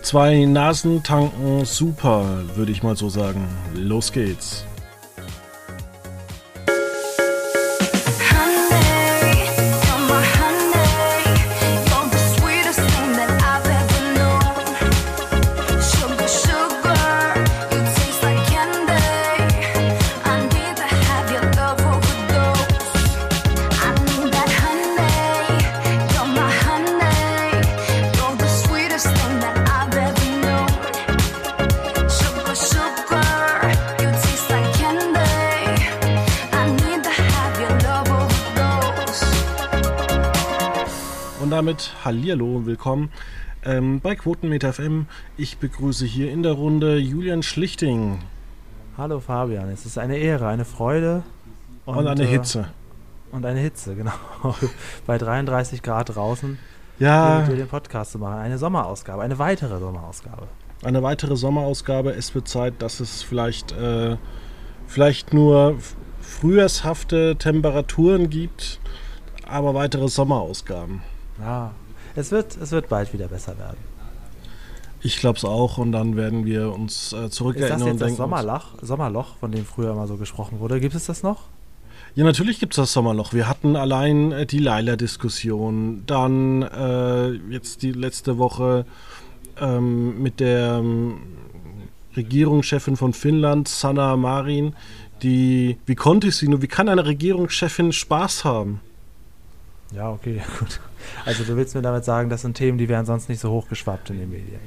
Zwei Nasen tanken super, würde ich mal so sagen. Los geht's. Damit Hallihallo und willkommen bei Quotenmeter FM. Ich begrüße hier in der Runde Julian Schlichting. Hallo Fabian, es ist eine Ehre, eine Freude und eine Hitze. Und eine Hitze, genau. Bei 33 Grad draußen ja, mit dir den Podcast zu machen. Eine Sommerausgabe, eine weitere Sommerausgabe. Eine weitere Sommerausgabe. Es wird Zeit, dass es vielleicht nur frühjahrshafte Temperaturen gibt, aber weitere Sommerausgaben. Ja, es wird bald wieder besser werden. Ich glaube es auch, und dann werden wir uns zurückerinnern. Ist das jetzt das Sommerloch, von dem früher mal so gesprochen wurde? Gibt es das noch? Ja, natürlich gibt es das Sommerloch. Wir hatten allein die Laila-Diskussion, dann jetzt die letzte Woche mit der Regierungschefin von Finnland, Sanna Marin, wie kann eine Regierungschefin Spaß haben? Ja, okay, gut. Also du willst mir damit sagen, das sind Themen, die wären sonst nicht so hochgeschwappt in den Medien?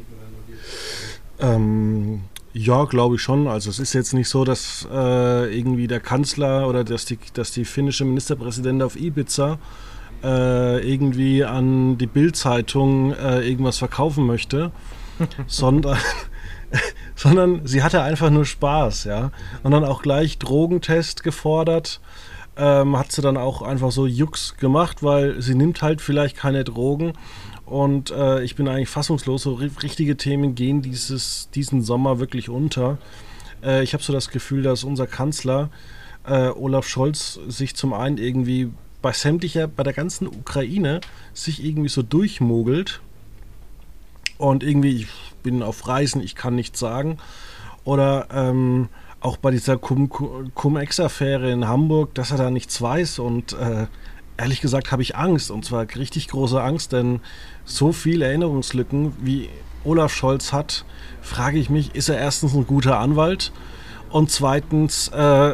Ja, glaube ich schon. Also es ist jetzt nicht so, dass irgendwie der Kanzler oder dass die finnische Ministerpräsidentin auf Ibiza irgendwie an die Bild-Zeitung irgendwas verkaufen möchte, sondern sie hatte einfach nur Spaß, ja. Und dann auch gleich Drogentest gefordert. Hat sie dann auch einfach so Jux gemacht, weil sie nimmt halt vielleicht keine Drogen, und ich bin eigentlich fassungslos, so richtige Themen gehen diesen Sommer wirklich unter. Ich habe so das Gefühl, dass unser Kanzler Olaf Scholz sich zum einen irgendwie bei der ganzen Ukraine sich irgendwie so durchmogelt und irgendwie, ich bin auf Reisen, ich kann nichts sagen, oder auch bei dieser Cum-Ex-Affäre in Hamburg, dass er da nichts weiß, und ehrlich gesagt habe ich Angst, und zwar richtig große Angst, denn so viele Erinnerungslücken wie Olaf Scholz hat, frage ich mich, ist er erstens ein guter Anwalt und zweitens,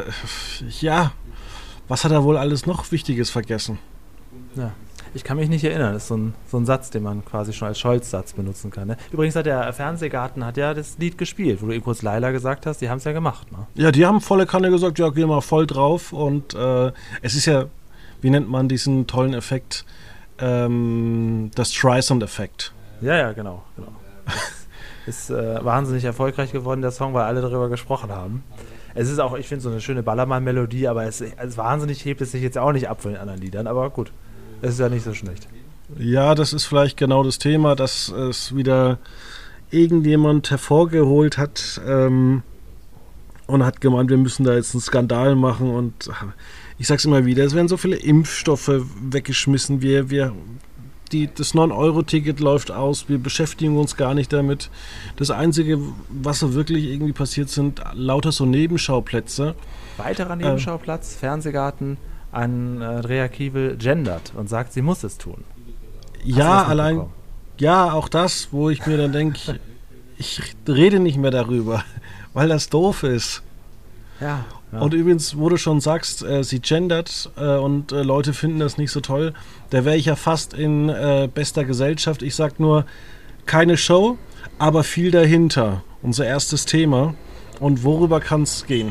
was hat er wohl alles noch Wichtiges vergessen? Ja. Ich kann mich nicht erinnern, das ist so ein Satz, den man quasi schon als Scholz-Satz benutzen kann. Ne? Übrigens hat der Fernsehgarten das Lied gespielt, wo du eben kurz Laila gesagt hast, die haben es ja gemacht. Ne? Ja, die haben volle Kanne gesagt, ja, geh mal voll drauf, und es ist ja, wie nennt man diesen tollen Effekt, das Streisand-Effekt. Ja, genau. Ist wahnsinnig erfolgreich geworden, der Song, weil alle darüber gesprochen haben. Es ist auch, ich finde, so eine schöne Ballermann-Melodie, aber es wahnsinnig hebt es sich jetzt auch nicht ab von den anderen Liedern, aber gut. Es ist ja nicht so schlecht. Ja, das ist vielleicht genau das Thema, dass es wieder irgendjemand hervorgeholt hat und hat gemeint, wir müssen da jetzt einen Skandal machen, und ich sag's immer wieder, es werden so viele Impfstoffe weggeschmissen, das 9-Euro-Ticket läuft aus, wir beschäftigen uns gar nicht damit. Das Einzige, was so wirklich irgendwie passiert, sind lauter so Nebenschauplätze. Weiterer Nebenschauplatz, Fernsehgarten, Andrea Kiewel gendert und sagt, sie muss es tun. Ja, allein, ja, auch das, wo ich mir dann denke, ich rede nicht mehr darüber, weil das doof ist. Ja. Und übrigens, wo du schon sagst, sie gendert und Leute finden das nicht so toll, da wäre ich ja fast in bester Gesellschaft. Ich sag nur, keine Show, aber viel dahinter. Unser erstes Thema. Und worüber kann es gehen?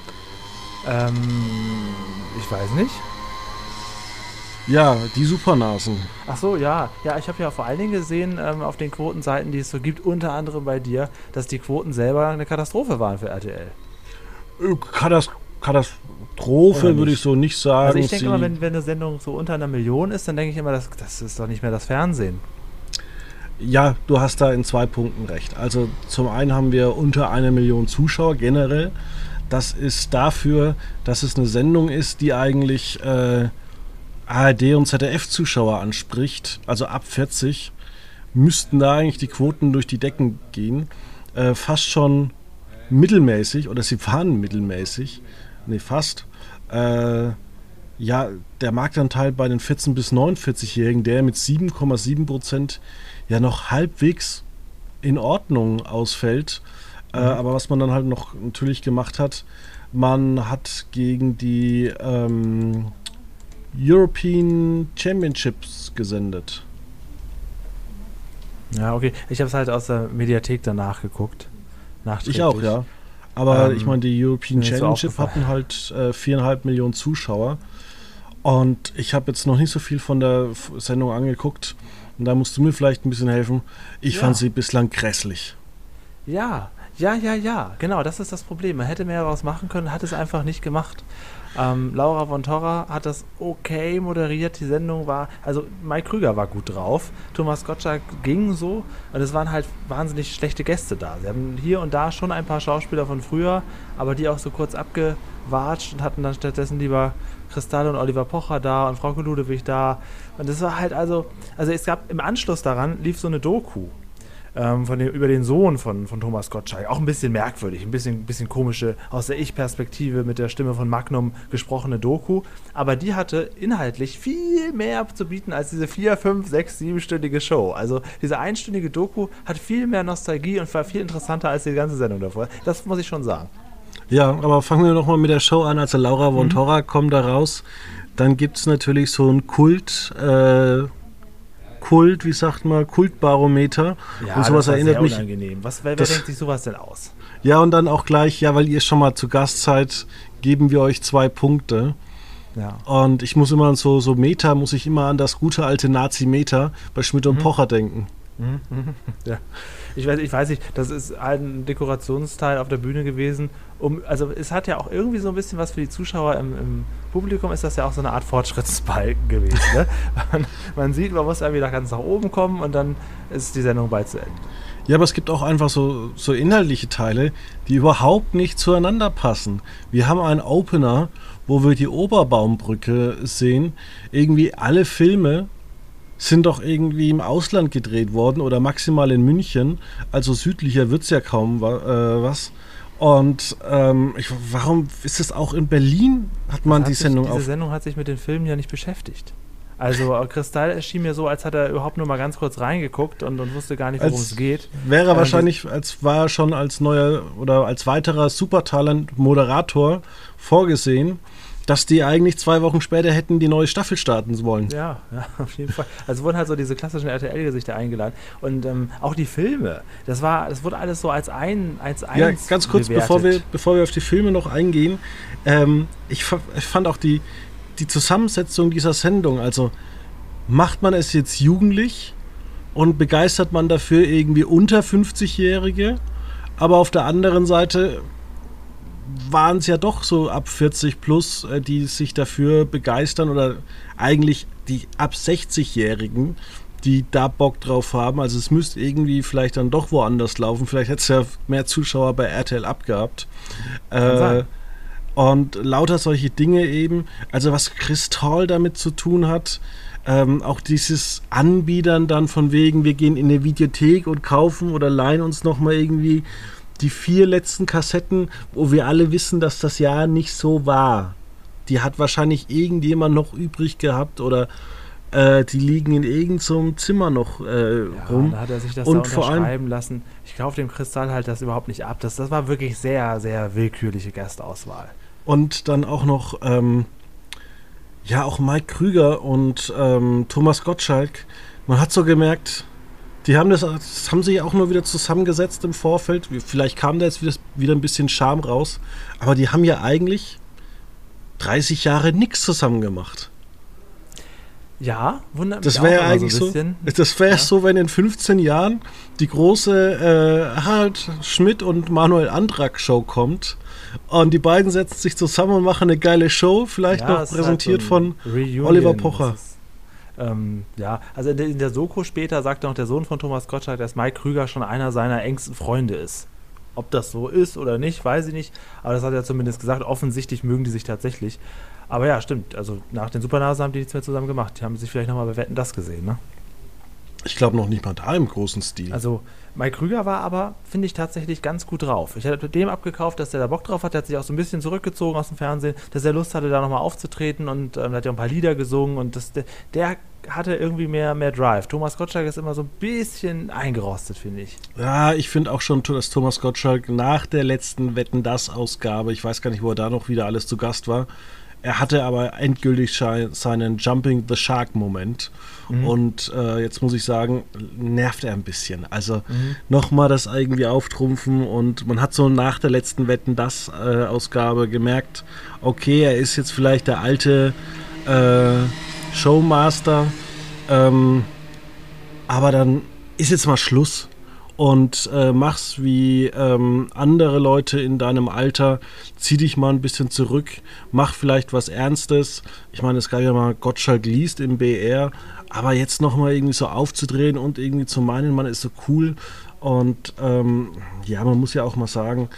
Ich weiß nicht. Ja, die Supernasen. Ach so, ja. Ja, ich habe ja vor allen Dingen gesehen auf den Quotenseiten, die es so gibt, unter anderem bei dir, dass die Quoten selber eine Katastrophe waren für RTL. Katastrophe würde ich so nicht sagen. Also ich denke immer, wenn eine Sendung so unter 1 Million ist, dann denke ich immer, das ist doch nicht mehr das Fernsehen. Ja, du hast da in 2 Punkten recht. Also zum einen haben wir unter 1 Million Zuschauer generell. Das ist dafür, dass es eine Sendung ist, die eigentlich ARD und ZDF-Zuschauer anspricht, also ab 40. müssten da eigentlich die Quoten durch die Decken gehen. Fast schon mittelmäßig, oder sie waren mittelmäßig, fast. Ja, der Marktanteil bei den 14- bis 49-Jährigen, der mit 7,7% ja noch halbwegs in Ordnung ausfällt. Aber was man dann halt noch natürlich gemacht hat, man hat gegen die European Championships gesendet. Ja, okay. Ich habe es halt aus der Mediathek danach geguckt. Ich auch, ja. Aber ich meine, die European Championship hatten halt 4,5 Millionen Zuschauer. Und ich habe jetzt noch nicht so viel von der Sendung angeguckt. Und da musst du mir vielleicht ein bisschen helfen. Ich fand sie bislang grässlich. Ja. Genau, das ist das Problem. Man hätte mehr daraus machen können, hat es einfach nicht gemacht. Laura von Torra hat das okay moderiert. Die Sendung war, also Mike Krüger war gut drauf. Thomas Gottschalk ging so. Und es waren halt wahnsinnig schlechte Gäste da. Sie haben hier und da schon ein paar Schauspieler von früher, aber die auch so kurz abgewatscht und hatten dann stattdessen lieber Kristall und Oliver Pocher da und Frauke Ludewig da. Und das war halt also es gab im Anschluss daran, lief so eine Doku über den Sohn von Thomas Gottschalk. Auch ein bisschen merkwürdig, ein bisschen komische, aus der Ich-Perspektive mit der Stimme von Magnum gesprochene Doku. Aber die hatte inhaltlich viel mehr zu bieten als diese 4-, 5-, 6-, 7-stündige Show. Also diese einstündige Doku hat viel mehr Nostalgie und war viel interessanter als die ganze Sendung davor. Das muss ich schon sagen. Ja, aber fangen wir nochmal mit der Show an. Also Laura von Torra kommt da raus. Dann gibt es natürlich so einen wie sagt man, Kultbarometer. Ja, und sowas das war erinnert sehr mich. unangenehm. Wer denkt sich sowas denn aus? Ja, und dann auch gleich, weil ihr schon mal zu Gast seid, geben wir euch 2 Punkte. Ja. Und ich muss immer muss ich immer an das gute alte Nazi-Meter bei Schmidt und Pocher denken. Ja. Ich weiß nicht, das ist halt ein Dekorationsteil auf der Bühne gewesen. Also es hat ja auch irgendwie so ein bisschen was für die Zuschauer im Publikum, ist das ja auch so eine Art Fortschrittsbalken gewesen. Ne? Man sieht, man muss irgendwie ganz nach oben kommen und dann ist die Sendung bald zu Ende. Ja, aber es gibt auch einfach so inhaltliche Teile, die überhaupt nicht zueinander passen. Wir haben einen Opener, wo wir die Oberbaumbrücke sehen. Irgendwie alle Filme sind doch irgendwie im Ausland gedreht worden oder maximal in München. Also südlicher wird es ja kaum was. Und warum ist es auch in Berlin, hat man die Sendung Diese Sendung hat sich mit den Filmen ja nicht beschäftigt. Also Kristall erschien mir so, als hat er überhaupt nur mal ganz kurz reingeguckt und wusste gar nicht, worum es geht. Wäre wahrscheinlich, war er schon als neuer oder als weiterer Supertalent-Moderator vorgesehen, dass die eigentlich 2 Wochen später hätten die neue Staffel starten wollen. Ja, auf jeden Fall. Also wurden halt so diese klassischen RTL-Gesichter eingeladen. Und auch die Filme, das wurde alles so als eins Ja, ganz kurz, bevor wir auf die Filme noch eingehen, ich fand auch die Zusammensetzung dieser Sendung, also macht man es jetzt jugendlich und begeistert man dafür irgendwie unter 50-Jährige, aber auf der anderen Seite waren es ja doch so ab 40 plus, die sich dafür begeistern oder eigentlich die ab 60-Jährigen, die da Bock drauf haben. Also es müsste irgendwie vielleicht dann doch woanders laufen. Vielleicht hätte es ja mehr Zuschauer bei RTL abgehabt. Und lauter solche Dinge eben. Also was Kristall damit zu tun hat, auch dieses Anbiedern dann von wegen, wir gehen in eine Videothek und kaufen oder leihen uns nochmal irgendwie die 4 letzten Kassetten, wo wir alle wissen, dass das ja nicht so war. Die hat wahrscheinlich irgendjemand noch übrig gehabt oder die liegen in irgendeinem Zimmer noch rum. Da hat er sich das und da unterschreiben lassen. Ich kaufe dem Kristall halt das überhaupt nicht ab. Das war wirklich sehr, sehr willkürliche Gastauswahl. Und dann auch noch auch Mike Krüger und Thomas Gottschalk. Man hat so gemerkt, die haben das haben sich auch nur wieder zusammengesetzt im Vorfeld. Vielleicht kam da jetzt wieder ein bisschen Charme raus. Aber die haben ja eigentlich 30 Jahre nichts zusammen gemacht. Ja, wundert mich. Das wäre ja eigentlich so. Das wäre so, wenn in 15 Jahren die große Harald Schmidt und Manuel Andrak Show kommt. Und die beiden setzen sich zusammen und machen eine geile Show. Vielleicht noch präsentiert halt so von Reunion. Oliver Pocher. Also in der Soko später sagte noch der Sohn von Thomas Gottschalk, dass Mike Krüger schon einer seiner engsten Freunde ist. Ob das so ist oder nicht, weiß ich nicht. Aber das hat er zumindest gesagt. Offensichtlich mögen die sich tatsächlich. Aber ja, stimmt. Also nach den Supernasen haben die nichts mehr zusammen gemacht. Die haben sich vielleicht nochmal bei Wetten, das gesehen, ne? Ich glaube noch nicht mal da im großen Stil. Also Mike Krüger war aber, finde ich, tatsächlich ganz gut drauf. Ich hatte dem abgekauft, dass der da Bock drauf hat. Der hat sich auch so ein bisschen zurückgezogen aus dem Fernsehen, dass er Lust hatte, da nochmal aufzutreten und hat ja ein paar Lieder gesungen und der hatte irgendwie mehr Drive. Thomas Gottschalk ist immer so ein bisschen eingerostet, finde ich. Ja, ich finde auch schon, dass Thomas Gottschalk nach der letzten Wetten-dass-Ausgabe, ich weiß gar nicht, wo er da noch wieder alles zu Gast war, er hatte aber endgültig seinen Jumping the Shark-Moment. Und jetzt muss ich sagen, nervt er ein bisschen. Also nochmal das irgendwie auftrumpfen und man hat so nach der letzten Wetten-dass-Ausgabe gemerkt, okay, er ist jetzt vielleicht der alte Showmaster, aber dann ist jetzt mal Schluss. Und mach's wie andere Leute in deinem Alter, zieh dich mal ein bisschen zurück, mach vielleicht was Ernstes. Ich meine, es gab ja mal Gottschalk liest im BR, aber jetzt nochmal irgendwie so aufzudrehen und irgendwie zu meinen, man ist so cool. Und ja, man muss ja auch mal sagen,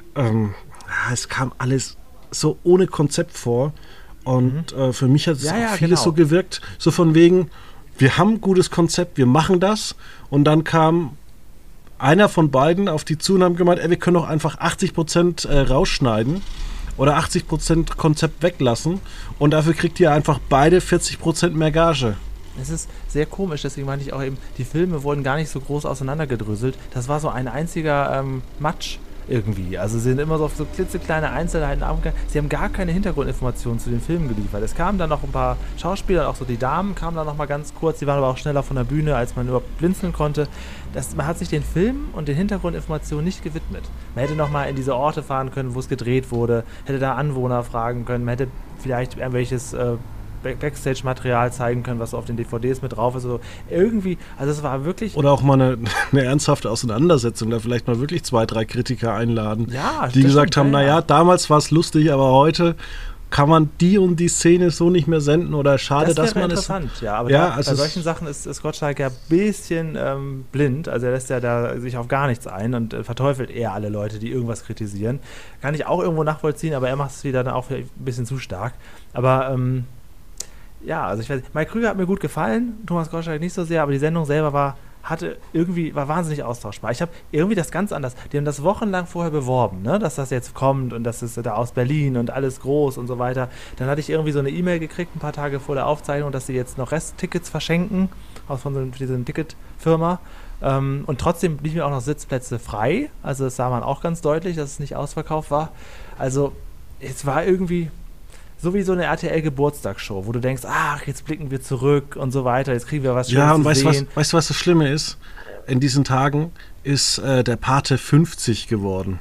es kam alles so ohne Konzept vor. Und für mich hat es auch vieles so gewirkt, so von wegen, wir haben ein gutes Konzept, wir machen das. Und dann kam einer von beiden auf die zu und haben gemeint, wir können doch einfach 80% rausschneiden oder 80% Konzept weglassen und dafür kriegt ihr einfach beide 40% mehr Gage. Es ist sehr komisch, deswegen meinte ich auch eben, die Filme wurden gar nicht so groß auseinandergedröselt. Das war so ein einziger Matsch irgendwie. Also sie sind immer so auf so klitzekleine Einzelheiten aufgegangen. Sie haben gar keine Hintergrundinformationen zu den Filmen geliefert. Es kamen dann noch ein paar Schauspieler, auch so die Damen kamen dann noch mal ganz kurz, die waren aber auch schneller von der Bühne, als man überhaupt blinzeln konnte. Man hat sich den Film und den Hintergrundinformationen nicht gewidmet. Man hätte noch mal in diese Orte fahren können, wo es gedreht wurde, hätte da Anwohner fragen können, man hätte vielleicht irgendwelches Backstage-Material zeigen können, was so auf den DVDs mit drauf ist. Also irgendwie, also es war wirklich... Oder auch mal eine ernsthafte Auseinandersetzung, da vielleicht mal wirklich 2, 3 Kritiker einladen, ja, die gesagt haben, naja, damals war es lustig, aber heute kann man die und die Szene so nicht mehr senden oder schade, dass man es... Das wäre interessant, ja, aber bei solchen Sachen ist Gottschalk ja ein bisschen blind, also er lässt ja da sich auf gar nichts ein und verteufelt eher alle Leute, die irgendwas kritisieren. Kann ich auch irgendwo nachvollziehen, aber er macht es wieder dann auch ein bisschen zu stark. Aber ja, also ich weiß nicht, Mike Krüger hat mir gut gefallen, Thomas Gottschalk nicht so sehr, aber die Sendung selber war wahnsinnig austauschbar. Ich habe irgendwie das ganz anders, die haben das wochenlang vorher beworben, ne, dass das jetzt kommt und das ist da aus Berlin und alles groß und so weiter. Dann hatte ich irgendwie so eine E-Mail gekriegt, ein paar Tage vor der Aufzeichnung, dass sie jetzt noch Resttickets verschenken, von dieser Ticketfirma. Und trotzdem blieben mir auch noch Sitzplätze frei, also das sah man auch ganz deutlich, dass es nicht ausverkauft war. Also es war irgendwie... So wie so eine RTL-Geburtstagsshow, wo du denkst, ach, jetzt blicken wir zurück und so weiter, jetzt kriegen wir was Schönes zu sehen. Ja, und weißt du, was das Schlimme ist? In diesen Tagen ist der Pate 50 geworden.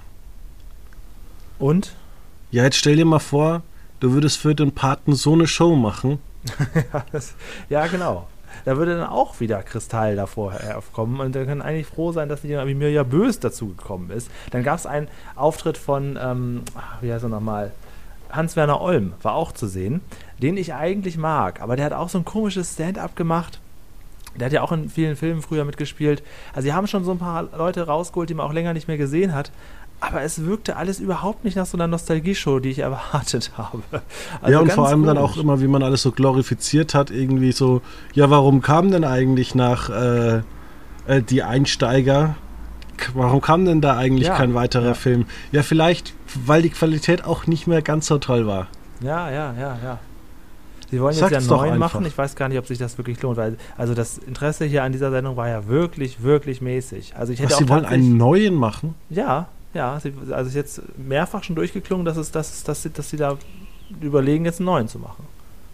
Und? Ja, jetzt stell dir mal vor, du würdest für den Paten so eine Show machen. Ja, genau. Da würde dann auch wieder Kristall davor aufkommen und wir können eigentlich froh sein, dass nicht jemand wie Mirja Bös dazu gekommen ist. Dann gab es einen Auftritt von, wie heißt er nochmal? Hans-Werner Olm war auch zu sehen, den ich eigentlich mag, aber der hat auch so ein komisches Stand-up gemacht. Der hat ja auch in vielen Filmen früher mitgespielt. Also sie haben schon so ein paar Leute rausgeholt, die man auch länger nicht mehr gesehen hat, aber es wirkte alles überhaupt nicht nach so einer Nostalgie-Show, die ich erwartet habe. Also ja, und vor allem komisch. Dann auch immer, wie man alles so glorifiziert hat, irgendwie so, ja, warum kam denn eigentlich nach die Einsteiger... Warum kam denn da eigentlich kein weiterer Film? Ja, vielleicht, weil die Qualität auch nicht mehr ganz so toll war. Ja. Sie wollen jetzt ja einen neuen machen. Ich weiß gar nicht, ob sich das wirklich lohnt, weil also das Interesse hier an dieser Sendung war ja wirklich, wirklich mäßig. Also ich hätte Sie wollen einen neuen machen? Ja. Also ist jetzt mehrfach schon durchgeklungen, dass sie da überlegen, jetzt einen neuen zu machen.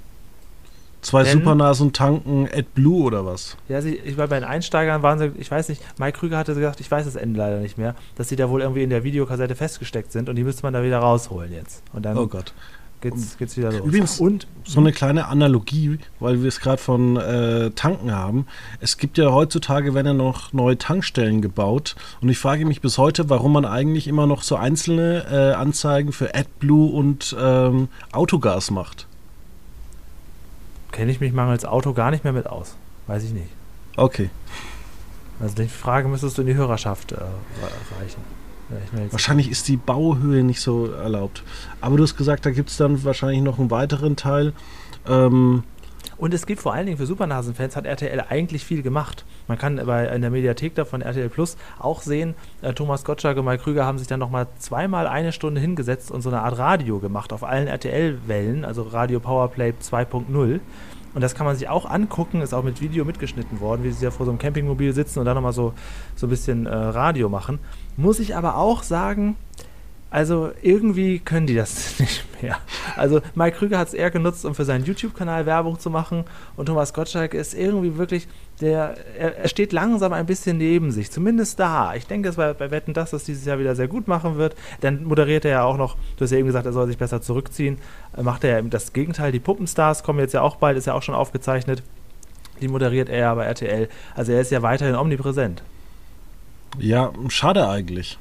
2 Supernasen tanken AdBlue oder was? Ja, ich war bei den Einsteigern, waren sie, ich weiß nicht, Mike Krüger hatte gesagt, ich weiß das Ende leider nicht mehr, dass sie da wohl irgendwie in der Videokassette festgesteckt sind und die müsste man da wieder rausholen jetzt. Und dann geht's wieder los. Übrigens, und so eine kleine Analogie, weil wir es gerade von Tanken haben. Es gibt ja heutzutage, werden ja noch neue Tankstellen gebaut und ich frage mich bis heute, warum man eigentlich immer noch so einzelne Anzeigen für AdBlue und Autogas macht. Kenne ich mich mangels Auto gar nicht mehr mit aus. Weiß ich nicht. Okay. Also die Frage müsstest du in die Hörerschaft reichen. Ja, wahrscheinlich ist die Bauhöhe nicht so erlaubt. Aber du hast gesagt, da gibt es dann wahrscheinlich noch einen weiteren Teil. Und es gibt vor allen Dingen für Supernasen-Fans, hat RTL eigentlich viel gemacht. Man kann in der Mediathek da von RTL Plus auch sehen, Thomas Gottschalk und Mike Krüger haben sich dann nochmal zweimal eine Stunde hingesetzt und so eine Art Radio gemacht auf allen RTL-Wellen, also Radio Powerplay 2.0. Und das kann man sich auch angucken, ist auch mit Video mitgeschnitten worden, wie sie ja vor so einem Campingmobil sitzen und dann nochmal so ein bisschen Radio machen. Muss ich aber auch sagen, also irgendwie können die das nicht mehr. Also Mike Krüger hat es eher genutzt, um für seinen YouTube-Kanal Werbung zu machen, und Thomas Gottschalk ist irgendwie wirklich, er steht langsam ein bisschen neben sich, zumindest da. Ich denke, dass bei Wetten, dass das dieses Jahr wieder sehr gut machen wird. Dann moderiert er ja auch noch, du hast ja eben gesagt, er soll sich besser zurückziehen, macht er ja das Gegenteil. Die Puppenstars kommen jetzt ja auch bald, ist ja auch schon aufgezeichnet. Die moderiert er ja bei RTL. Also er ist ja weiterhin omnipräsent. Ja, schade eigentlich.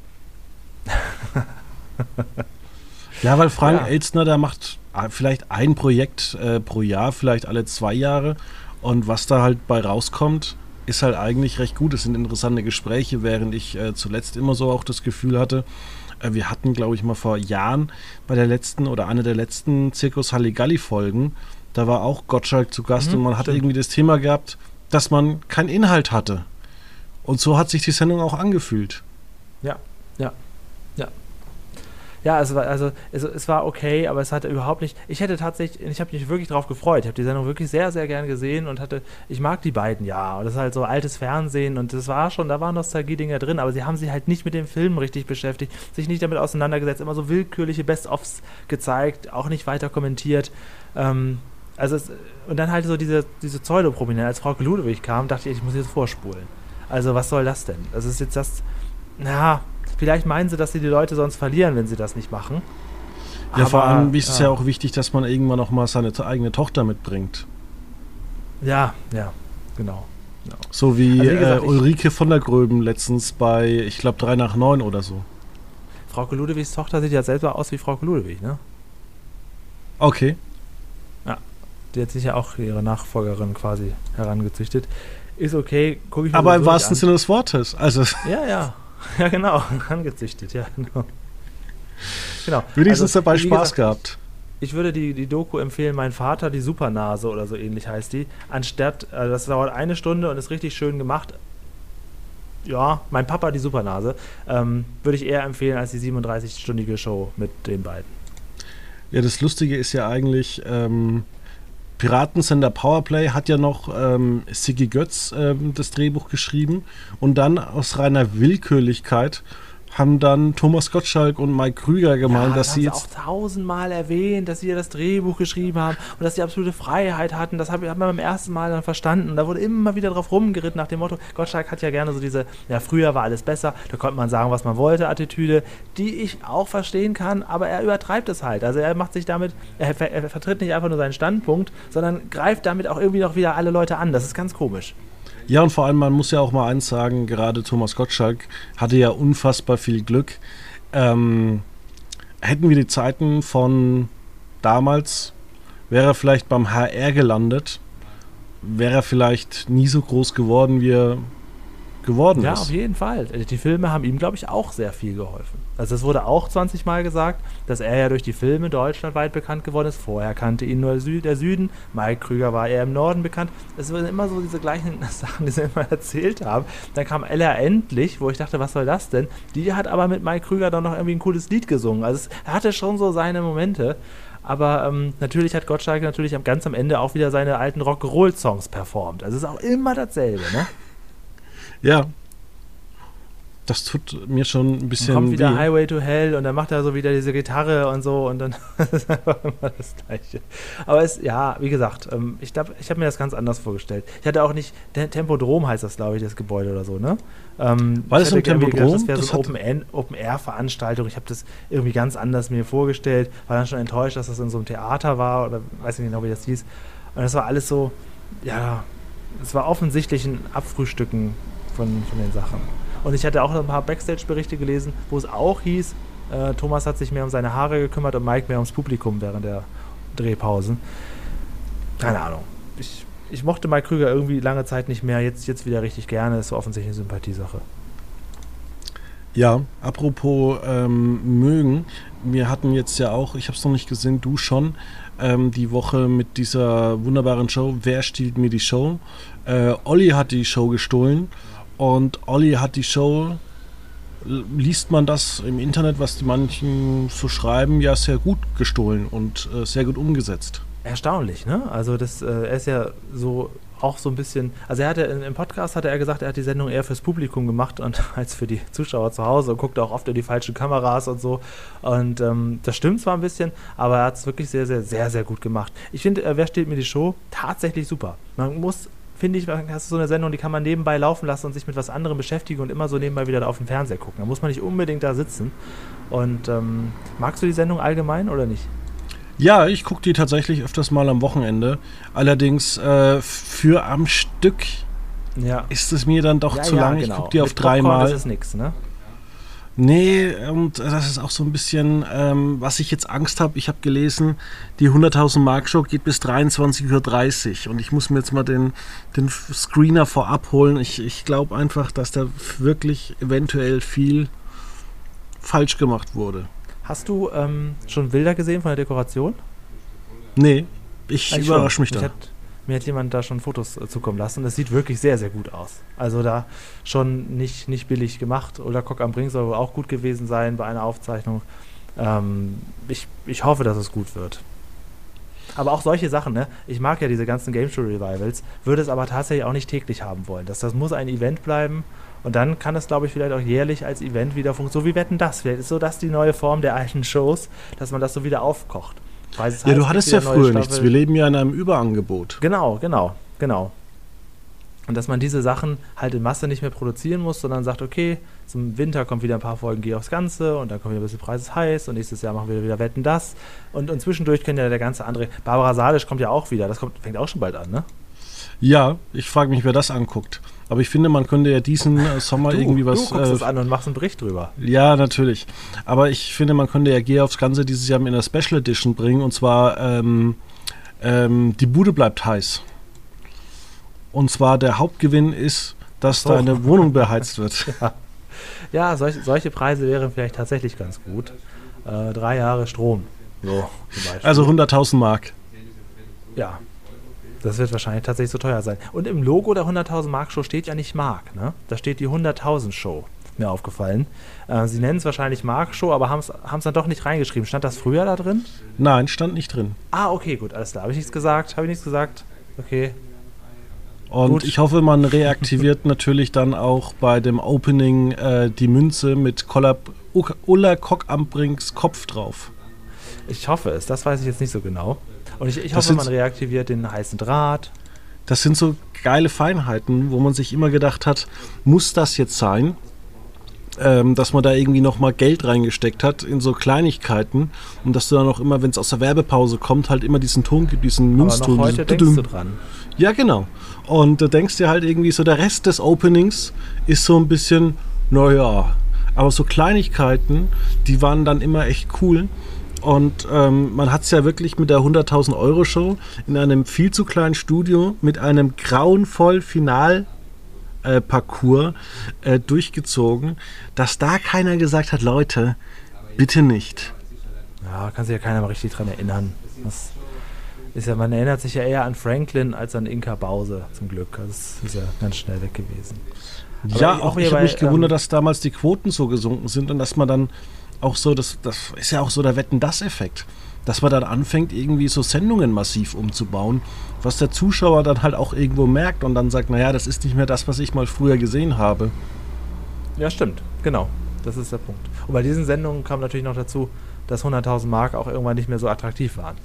Ja, weil Frank Elstner, der macht vielleicht ein Projekt pro Jahr, vielleicht alle 2 Jahre, und was da halt bei rauskommt, ist halt eigentlich recht gut. Es sind interessante Gespräche, während ich zuletzt immer so auch das Gefühl hatte, wir hatten, glaube ich, mal vor Jahren bei der letzten oder einer der letzten Zirkus Halligalli-Folgen, da war auch Gottschalk zu Gast und man hatte irgendwie das Thema gehabt, dass man keinen Inhalt hatte. Und so hat sich die Sendung auch angefühlt. Ja. Ja, es war okay, aber es hatte überhaupt nicht. Ich habe mich wirklich drauf gefreut. Ich habe die Sendung wirklich sehr, sehr gern gesehen und ich mag die beiden, ja. Und das ist halt so altes Fernsehen und da waren Nostalgie-Dinger drin, aber sie haben sich halt nicht mit dem Film richtig beschäftigt, sich nicht damit auseinandergesetzt, immer so willkürliche Best-ofs gezeigt, auch nicht weiter kommentiert. Und dann halt so diese Pseudoprominenz. Als Frau Ludewig kam, dachte ich muss jetzt vorspulen. Also was soll das denn? Das ist jetzt das, vielleicht meinen sie, dass sie die Leute sonst verlieren, wenn sie das nicht machen. Ja, aber, vor allem ist es ja auch wichtig, dass man irgendwann noch mal seine eigene Tochter mitbringt. Ja, genau. So wie, also wie gesagt, Ulrike von der Gröben letztens bei, ich glaube, 3 nach 9 oder so. Frauke Ludewigs Tochter sieht ja selber aus wie Frauke Ludewig, ne? Okay. Ja, die hat sich ja auch ihre Nachfolgerin quasi herangezüchtet. Ist okay, gucke ich mir aber im wahrsten Sinne des Wortes. Also Ja, genau, angezüchtet, ja, genau. Wenigstens dabei Spaß gehabt. Ich würde die Doku empfehlen, Mein Vater, die Supernase oder so ähnlich heißt die. Anstatt, das dauert 1 Stunde und ist richtig schön gemacht. Ja, Mein Papa, die Supernase, würde ich eher empfehlen als die 37-stündige Show mit den beiden. Ja, das Lustige ist ja eigentlich, Piratensender Powerplay hat ja noch Sigi Götz das Drehbuch geschrieben, und dann aus reiner Willkürlichkeit haben dann Thomas Gottschalk und Mike Krüger gemeint, dass sie jetzt auch 1000-mal erwähnt, dass sie ja das Drehbuch geschrieben haben und dass sie absolute Freiheit hatten. Das hat man beim ersten Mal dann verstanden. Und da wurde immer wieder drauf rumgeritten nach dem Motto, Gottschalk hat ja gerne so diese, früher war alles besser, da konnte man sagen, was man wollte, Attitüde, die ich auch verstehen kann, aber er übertreibt es halt. Also er macht sich damit, er vertritt nicht einfach nur seinen Standpunkt, sondern greift damit auch irgendwie noch wieder alle Leute an. Das ist ganz komisch. Ja, und vor allem, man muss ja auch mal eins sagen, gerade Thomas Gottschalk hatte ja unfassbar viel Glück. Hätten wir die Zeiten von damals, wäre er vielleicht beim HR gelandet, wäre er vielleicht nie so groß geworden, wie er geworden ist. Ja, auf jeden Fall. Die Filme haben ihm, glaube ich, auch sehr viel geholfen. Also es wurde auch 20 Mal gesagt, dass er ja durch die Filme deutschlandweit bekannt geworden ist. Vorher kannte ihn nur der Süden. Mike Krüger war eher im Norden bekannt. Es waren immer so diese gleichen Sachen, die sie immer erzählt haben. Dann kam Ella Endlich, wo ich dachte, was soll das denn? Die hat aber mit Mike Krüger dann noch irgendwie ein cooles Lied gesungen. Also er hatte schon so seine Momente. Aber natürlich hat Gottschalk ganz am Ende auch wieder seine alten Rock'n'Roll-Songs performt. Also es ist auch immer dasselbe, ne? Ja. Das tut mir schon ein bisschen. Dann kommt wieder Highway to Hell und dann macht er so wieder diese Gitarre und so und dann ist einfach immer das Gleiche. Aber wie gesagt, ich glaube, ich habe mir das ganz anders vorgestellt. Ich hatte auch nicht, Tempodrom heißt das, glaube ich, das Gebäude oder so, ne? War das ein Tempodrom? Das wäre so eine Open-Air-Veranstaltung. Ich habe das irgendwie ganz anders mir vorgestellt, war dann schon enttäuscht, dass das in so einem Theater war oder weiß nicht genau, wie das hieß. Und das war alles so, es war offensichtlich ein Abfrühstücken von den Sachen. Und ich hatte auch ein paar Backstage-Berichte gelesen, wo es auch hieß, Thomas hat sich mehr um seine Haare gekümmert und Mike mehr ums Publikum während der Drehpausen. Keine Ahnung. Ich mochte Mike Krüger irgendwie lange Zeit nicht mehr, jetzt wieder richtig gerne, ist so offensichtlich eine Sympathiesache. Ja, apropos mögen, wir hatten jetzt ja auch, ich habe es noch nicht gesehen, du schon, die Woche mit dieser wunderbaren Show, Wer stiehlt mir die Show? Olli hat die Show gestohlen und Olli hat die Show, liest man das im Internet, was die manchen so schreiben, ja sehr gut gestohlen und sehr gut umgesetzt. Erstaunlich, ne? Also er ist ja so auch so ein bisschen, also er hatte im Podcast hatte er gesagt, er hat die Sendung eher fürs Publikum gemacht und als für die Zuschauer zu Hause und guckt auch oft in die falschen Kameras und so. Und das stimmt zwar ein bisschen, aber er hat es wirklich sehr, sehr, sehr, sehr gut gemacht. Ich finde, Wer steht mir die Show? Tatsächlich super. Man muss, finde ich, das ist so eine Sendung, die kann man nebenbei laufen lassen und sich mit was anderem beschäftigen und immer so nebenbei wieder da auf den Fernseher gucken. Da muss man nicht unbedingt da sitzen. Und magst du die Sendung allgemein oder nicht? Ja, ich gucke die tatsächlich öfters mal am Wochenende. Allerdings für am Stück ist es mir dann doch zu lang. Genau. Ich gucke die auf mit Popcorn dreimal. Das ist nix, ne? Nee, und das ist auch so ein bisschen, was ich jetzt Angst habe. Ich habe gelesen, die 100.000 Mark Show geht bis 23:30 Uhr und ich muss mir jetzt mal den Screener vorab holen. Ich glaube einfach, dass da wirklich eventuell viel falsch gemacht wurde. Hast du schon Bilder gesehen von der Dekoration? Nee, ich überrasche mich da. Mir hat jemand da schon Fotos zukommen lassen und das sieht wirklich sehr, sehr gut aus. Also da schon nicht billig gemacht. Oder Cock am Brink soll wohl auch gut gewesen sein bei einer Aufzeichnung. Ich hoffe, dass es gut wird. Aber auch solche Sachen, ne? Ich mag ja diese ganzen Game Show Revivals, würde es aber tatsächlich auch nicht täglich haben wollen. Das muss ein Event bleiben und dann kann es, glaube ich, vielleicht auch jährlich als Event wieder funktionieren. So wie Wetten, das. Vielleicht ist so das die neue Form der alten Shows, dass man das so wieder aufkocht. Ja, du hattest ja früher nichts. Wir leben ja in einem Überangebot. Genau. Und dass man diese Sachen halt in Masse nicht mehr produzieren muss, sondern sagt, okay, zum Winter kommt wieder ein paar Folgen Geh aufs Ganze und dann kommt wieder ein bisschen Preis ist heiß und nächstes Jahr machen wir wieder Wetten, das. Und zwischendurch können ja der ganze andere... Barbara Salisch kommt ja auch wieder. Das fängt auch schon bald an, ne? Ja, ich frage mich, wer das anguckt. Aber ich finde, man könnte ja diesen Sommer irgendwie was... Du guckst es an und machst einen Bericht drüber. Ja, natürlich. Aber ich finde, man könnte ja Geh aufs Ganze dieses Jahr in der Special Edition bringen. Und zwar Die Bude bleibt heiß. Und zwar der Hauptgewinn ist, dass deine Wohnung beheizt wird. Ja, solche Preise wären vielleicht tatsächlich ganz gut. 3 Jahre Strom. So, zum Beispiel. Also 100.000 Mark. Ja. Das wird wahrscheinlich tatsächlich so teuer sein. Und im Logo der 100.000 Mark Show steht ja nicht Mark, ne? Da steht die 100.000 Show. Mir aufgefallen. Sie nennen es wahrscheinlich Mark Show, aber haben es dann doch nicht reingeschrieben. Stand das früher da drin? Nein, stand nicht drin. Ah, okay, gut, alles klar. Habe ich nichts gesagt? Okay. Und gut. Ich hoffe, man reaktiviert natürlich dann auch bei dem Opening die Münze mit Ulla Cock am Brinks Kopf drauf. Ich hoffe es, das weiß ich jetzt nicht so genau. Und ich hoffe, man reaktiviert den heißen Draht. Das sind so geile Feinheiten, wo man sich immer gedacht hat, muss das jetzt sein? Dass man da irgendwie nochmal Geld reingesteckt hat in so Kleinigkeiten und dass du dann auch immer, wenn es aus der Werbepause kommt, halt immer diesen Ton gibt, diesen Münzton. Aber noch heute denkst du dran. Ja, genau. Und du denkst dir halt irgendwie so, der Rest des Openings ist so ein bisschen, naja, aber so Kleinigkeiten, die waren dann immer echt cool. Und man hat es ja wirklich mit der 100.000 Euro Show in einem viel zu kleinen Studio mit einem grauenvoll Finalparcours durchgezogen, dass da keiner gesagt hat, Leute, bitte nicht. Ja, kann sich ja keiner mal richtig dran erinnern. Das ist ja, man erinnert sich ja eher an Franklin als an Inka Bause, zum Glück. Das ist ja ganz schnell weg gewesen. Aber ja, auch ich habe mich gewundert, dass damals die Quoten so gesunken sind und dass man dann auch so, das ist ja auch so der Wetten-das-Effekt, dass man dann anfängt, irgendwie so Sendungen massiv umzubauen, was der Zuschauer dann halt auch irgendwo merkt und dann sagt, naja, das ist nicht mehr das, was ich mal früher gesehen habe. Ja, stimmt, genau, das ist der Punkt. Und bei diesen Sendungen kam natürlich noch dazu, dass 100.000 Mark auch irgendwann nicht mehr so attraktiv waren.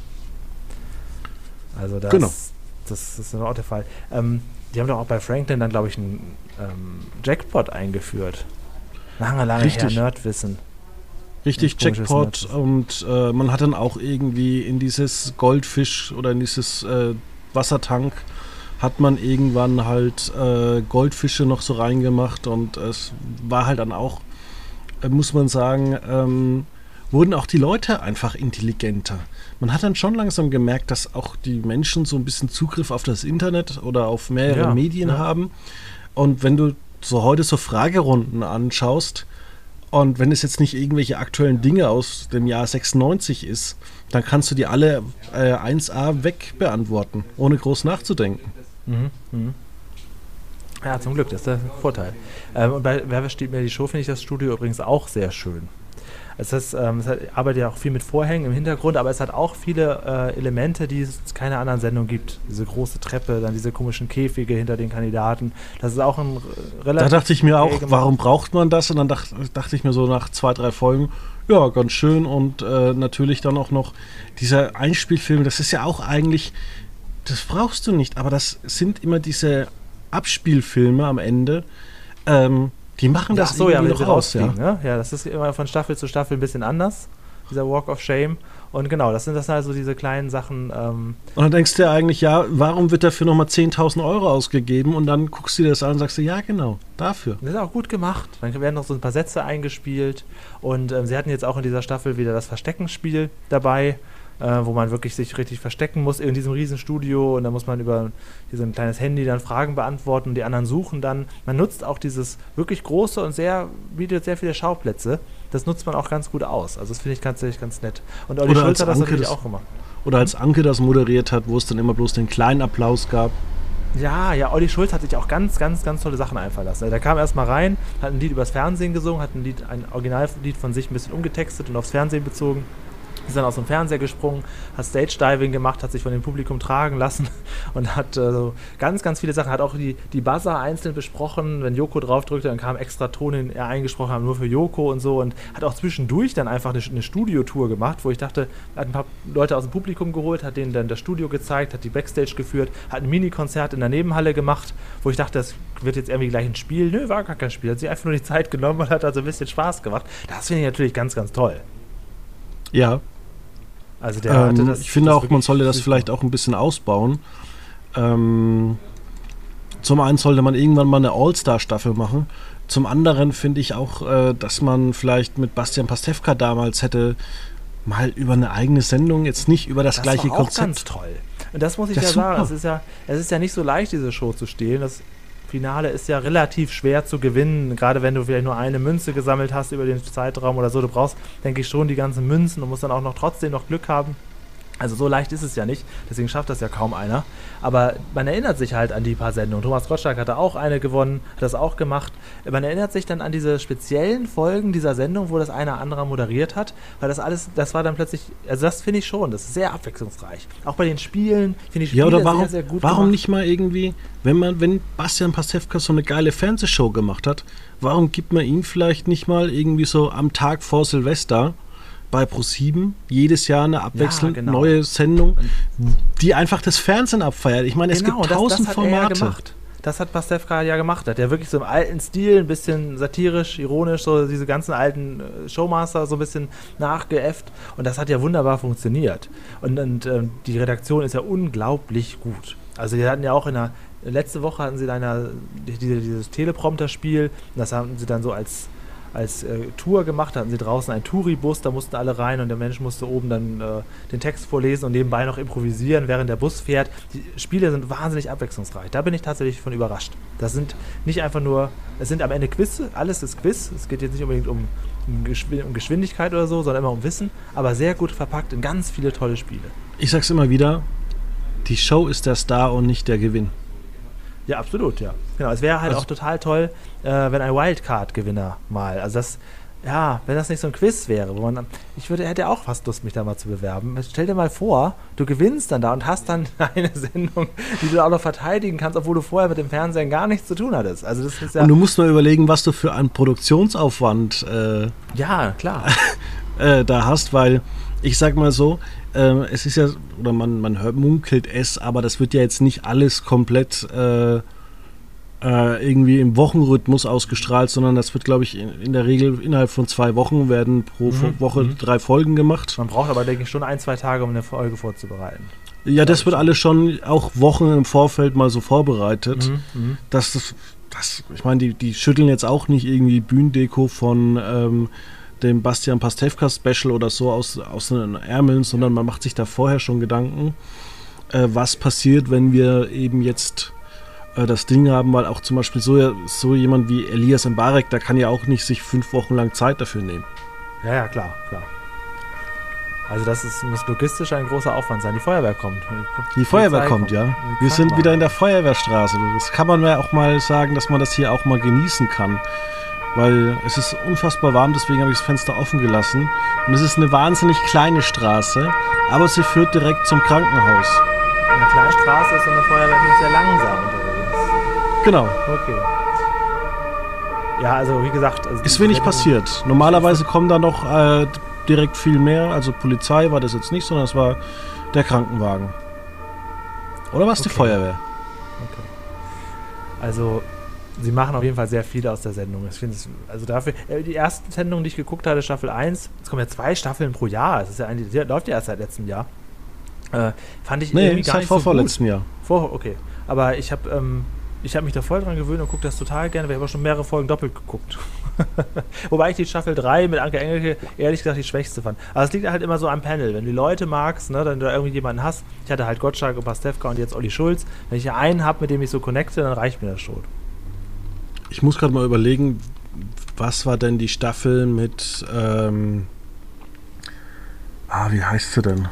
Also das ist dann auch der Fall. Die haben doch auch bei Franklin dann, glaube ich, einen Jackpot eingeführt. Lange her, Nerdwissen. Richtig, Jackpot und man hat dann auch irgendwie in dieses Goldfisch oder in dieses Wassertank hat man irgendwann halt Goldfische noch so reingemacht und es war halt dann auch, muss man sagen, wurden auch die Leute einfach intelligenter. Man hat dann schon langsam gemerkt, dass auch die Menschen so ein bisschen Zugriff auf das Internet oder auf mehrere Medien haben und wenn du so heute so Fragerunden anschaust, Und wenn es jetzt nicht irgendwelche aktuellen Dinge aus dem Jahr 96 ist, dann kannst du die alle 1A wegbeantworten, ohne groß nachzudenken. Ja, zum Glück, das ist der Vorteil. Und bei Wer stiehlt mir die Show finde ich das Studio übrigens auch sehr schön. Es arbeitet ja auch viel mit Vorhängen im Hintergrund, aber es hat auch viele Elemente, die es in keiner anderen Sendung gibt. Diese große Treppe, dann diese komischen Käfige hinter den Kandidaten. Das ist auch ein relativ... Da dachte ich mir auch, warum braucht man das? Und dann dachte ich mir so nach 2, 3 Folgen, ja, ganz schön. Und natürlich dann auch noch dieser Einspielfilm, das ist ja auch eigentlich, das brauchst du nicht, aber das sind immer diese Abspielfilme am Ende, die machen das irgendwie noch aus. Ja. Ne? Ja, das ist immer von Staffel zu Staffel ein bisschen anders, dieser Walk of Shame. Und genau, das sind also diese kleinen Sachen. Und dann denkst du dir eigentlich, ja, warum wird dafür nochmal 10.000 Euro ausgegeben? Und dann guckst du dir das an und sagst du, ja, genau, dafür. Das ist auch gut gemacht. Dann werden noch so ein paar Sätze eingespielt. Und sie hatten jetzt auch in dieser Staffel wieder das Versteckenspiel dabei, wo man wirklich sich richtig verstecken muss in diesem Riesenstudio. Und da muss man über so ein kleines Handy dann Fragen beantworten und die anderen suchen dann. Man nutzt auch dieses wirklich große und bietet sehr viele Schauplätze. Das nutzt man auch ganz gut aus. Also das finde ich tatsächlich ganz nett. Und Olli Schulz hat das natürlich auch gemacht. Oder als Anke das moderiert hat, wo es dann immer bloß den kleinen Applaus gab. Ja, Olli Schulz hat sich auch ganz, ganz, ganz tolle Sachen einfallen lassen. Der kam erstmal rein, hat ein Lied übers Fernsehen gesungen, hat ein Originallied von sich ein bisschen umgetextet und aufs Fernsehen bezogen. Ist dann aus dem Fernseher gesprungen, hat Stage-Diving gemacht, hat sich von dem Publikum tragen lassen und hat so ganz, ganz viele Sachen, hat auch die Buzzer einzeln besprochen. Wenn Joko draufdrückte, dann kam extra Ton, den er eingesprochen hat, nur für Joko und so, und hat auch zwischendurch dann einfach eine Studiotour gemacht, wo ich dachte, er hat ein paar Leute aus dem Publikum geholt, hat denen dann das Studio gezeigt, hat die Backstage geführt, hat ein Mini-Konzert in der Nebenhalle gemacht, wo ich dachte, das wird jetzt irgendwie gleich ein Spiel. Nö, war gar kein Spiel, hat sich einfach nur die Zeit genommen und hat also ein bisschen Spaß gemacht. Das finde ich natürlich ganz, ganz toll. Ja. Also der hatte das, ich finde auch, man sollte das vielleicht auch ein bisschen ausbauen. Zum einen sollte man irgendwann mal eine All-Star-Staffel machen. Zum anderen finde ich auch, dass man vielleicht mit Bastian Pastewka damals hätte mal über eine eigene Sendung, jetzt nicht über das gleiche Konzept. Das war auch ganz toll. Und das muss ich ja sagen, es ist ja nicht so leicht, diese Show zu stehlen. Das Finale ist ja relativ schwer zu gewinnen, gerade wenn du vielleicht nur eine Münze gesammelt hast über den Zeitraum oder so. Du brauchst, denke ich, schon die ganzen Münzen und musst dann auch trotzdem noch Glück haben. Also so leicht ist es ja nicht, deswegen schafft das ja kaum einer. Aber man erinnert sich halt an die paar Sendungen. Thomas Gottschalk hatte auch eine gewonnen, hat das auch gemacht. Man erinnert sich dann an diese speziellen Folgen dieser Sendung, wo das einer oder andere moderiert hat, weil das war dann plötzlich, also das finde ich schon, das ist sehr abwechslungsreich. Auch bei den Spielen finde ich Spiele sehr, sehr gut gemacht. Warum nicht mal irgendwie, wenn Bastian Pastewka so eine geile Fernsehshow gemacht hat, warum gibt man ihm vielleicht nicht mal irgendwie so am Tag vor Silvester bei Pro7 jedes Jahr eine abwechselnd neue Sendung, die einfach das Fernsehen abfeiert. Ich meine, es gibt 1000 Formate. Das hat Pastewka ja gemacht. Hat er wirklich so im alten Stil, ein bisschen satirisch, ironisch, so diese ganzen alten Showmaster so ein bisschen nachgeäfft. Und das hat ja wunderbar funktioniert. Und die Redaktion ist ja unglaublich gut. Also die hatten ja auch letzte Woche hatten sie dieses Teleprompter-Spiel. Das haben sie dann so als Tour gemacht, hatten sie draußen einen Touribus, da mussten alle rein und der Mensch musste oben dann den Text vorlesen und nebenbei noch improvisieren, während der Bus fährt. Die Spiele sind wahnsinnig abwechslungsreich. Da bin ich tatsächlich von überrascht. Das sind nicht einfach nur, es sind am Ende Quiz, alles ist Quiz. Es geht jetzt nicht unbedingt um Geschwindigkeit oder so, sondern immer um Wissen, aber sehr gut verpackt in ganz viele tolle Spiele. Ich sag's immer wieder, die Show ist der Star und nicht der Gewinn. Ja, absolut, ja. Genau, es wäre halt auch total toll, wenn ein Wildcard-Gewinner mal, also das, ja, wenn das nicht so ein Quiz wäre, wo man, hätte auch fast Lust, mich da mal zu bewerben. Stell dir mal vor, du gewinnst dann da und hast dann eine Sendung, die du auch noch verteidigen kannst, obwohl du vorher mit dem Fernsehen gar nichts zu tun hattest. Also das ist ja, und du musst mal überlegen, was du für einen Produktionsaufwand ja, klar. Da hast, weil ich sag mal so, es ist ja, oder man munkelt es, aber das wird ja jetzt nicht alles komplett irgendwie im Wochenrhythmus ausgestrahlt, sondern das wird, glaube ich, in der Regel innerhalb von 2 Wochen werden pro Woche 3 Folgen gemacht. Man braucht aber, denke ich, schon 1-2 Tage, um eine Folge vorzubereiten. Ja, das wird alles schon auch Wochen im Vorfeld mal so vorbereitet. Ich meine, die schütteln jetzt auch nicht irgendwie Bühnendeko von dem Bastian Pastewka Special oder so aus den Ärmeln, sondern man macht sich da vorher schon Gedanken, was passiert, wenn wir eben jetzt das Ding haben, weil auch zum Beispiel so jemand wie Elias Mbarek, der kann ja auch nicht sich 5 Wochen lang Zeit dafür nehmen. Ja, klar. Also muss logistisch ein großer Aufwand sein. Die Feuerwehr kommt. Die Feuerwehr kommt, ja. Wir sind wieder in der Feuerwehrstraße. Das kann man ja auch mal sagen, dass man das hier auch mal genießen kann. Weil es ist unfassbar warm, deswegen habe ich das Fenster offen gelassen. Und es ist eine wahnsinnig kleine Straße, aber sie führt direkt zum Krankenhaus. In einer kleinen Straße ist so eine Feuerwehr nicht sehr langsam unterwegs. Genau. Okay. Ja, also wie gesagt... Also ist wenig passiert. Normalerweise kommen da noch direkt viel mehr. Also Polizei war das jetzt nicht, sondern es war der Krankenwagen. Oder war es die Feuerwehr? Okay. Also... Sie machen auf jeden Fall sehr viel aus der Sendung. Ich finde es, also dafür, die erste Sendung, die ich geguckt hatte, Staffel 1, es kommen ja 2 Staffeln pro Jahr. Das ist ja die läuft ja erst seit letztem Jahr. Fand ich irgendwie gar nicht so gut. Vorletzten Jahr. Okay. Aber ich habe mich da voll dran gewöhnt und gucke das total gerne. Wir haben auch schon mehrere Folgen doppelt geguckt. Wobei ich die Staffel 3 mit Anke Engelke ehrlich gesagt die schwächste fand. Aber es liegt halt immer so am Panel. Wenn du die Leute magst, ne, dann du da irgendwie jemanden hast. Ich hatte halt Gottschalk und Pastewka und jetzt Olli Schulz. Wenn ich einen habe, mit dem ich so connecte, dann reicht mir das schon. Ich muss gerade mal überlegen, was war denn die Staffel mit, wie heißt sie denn?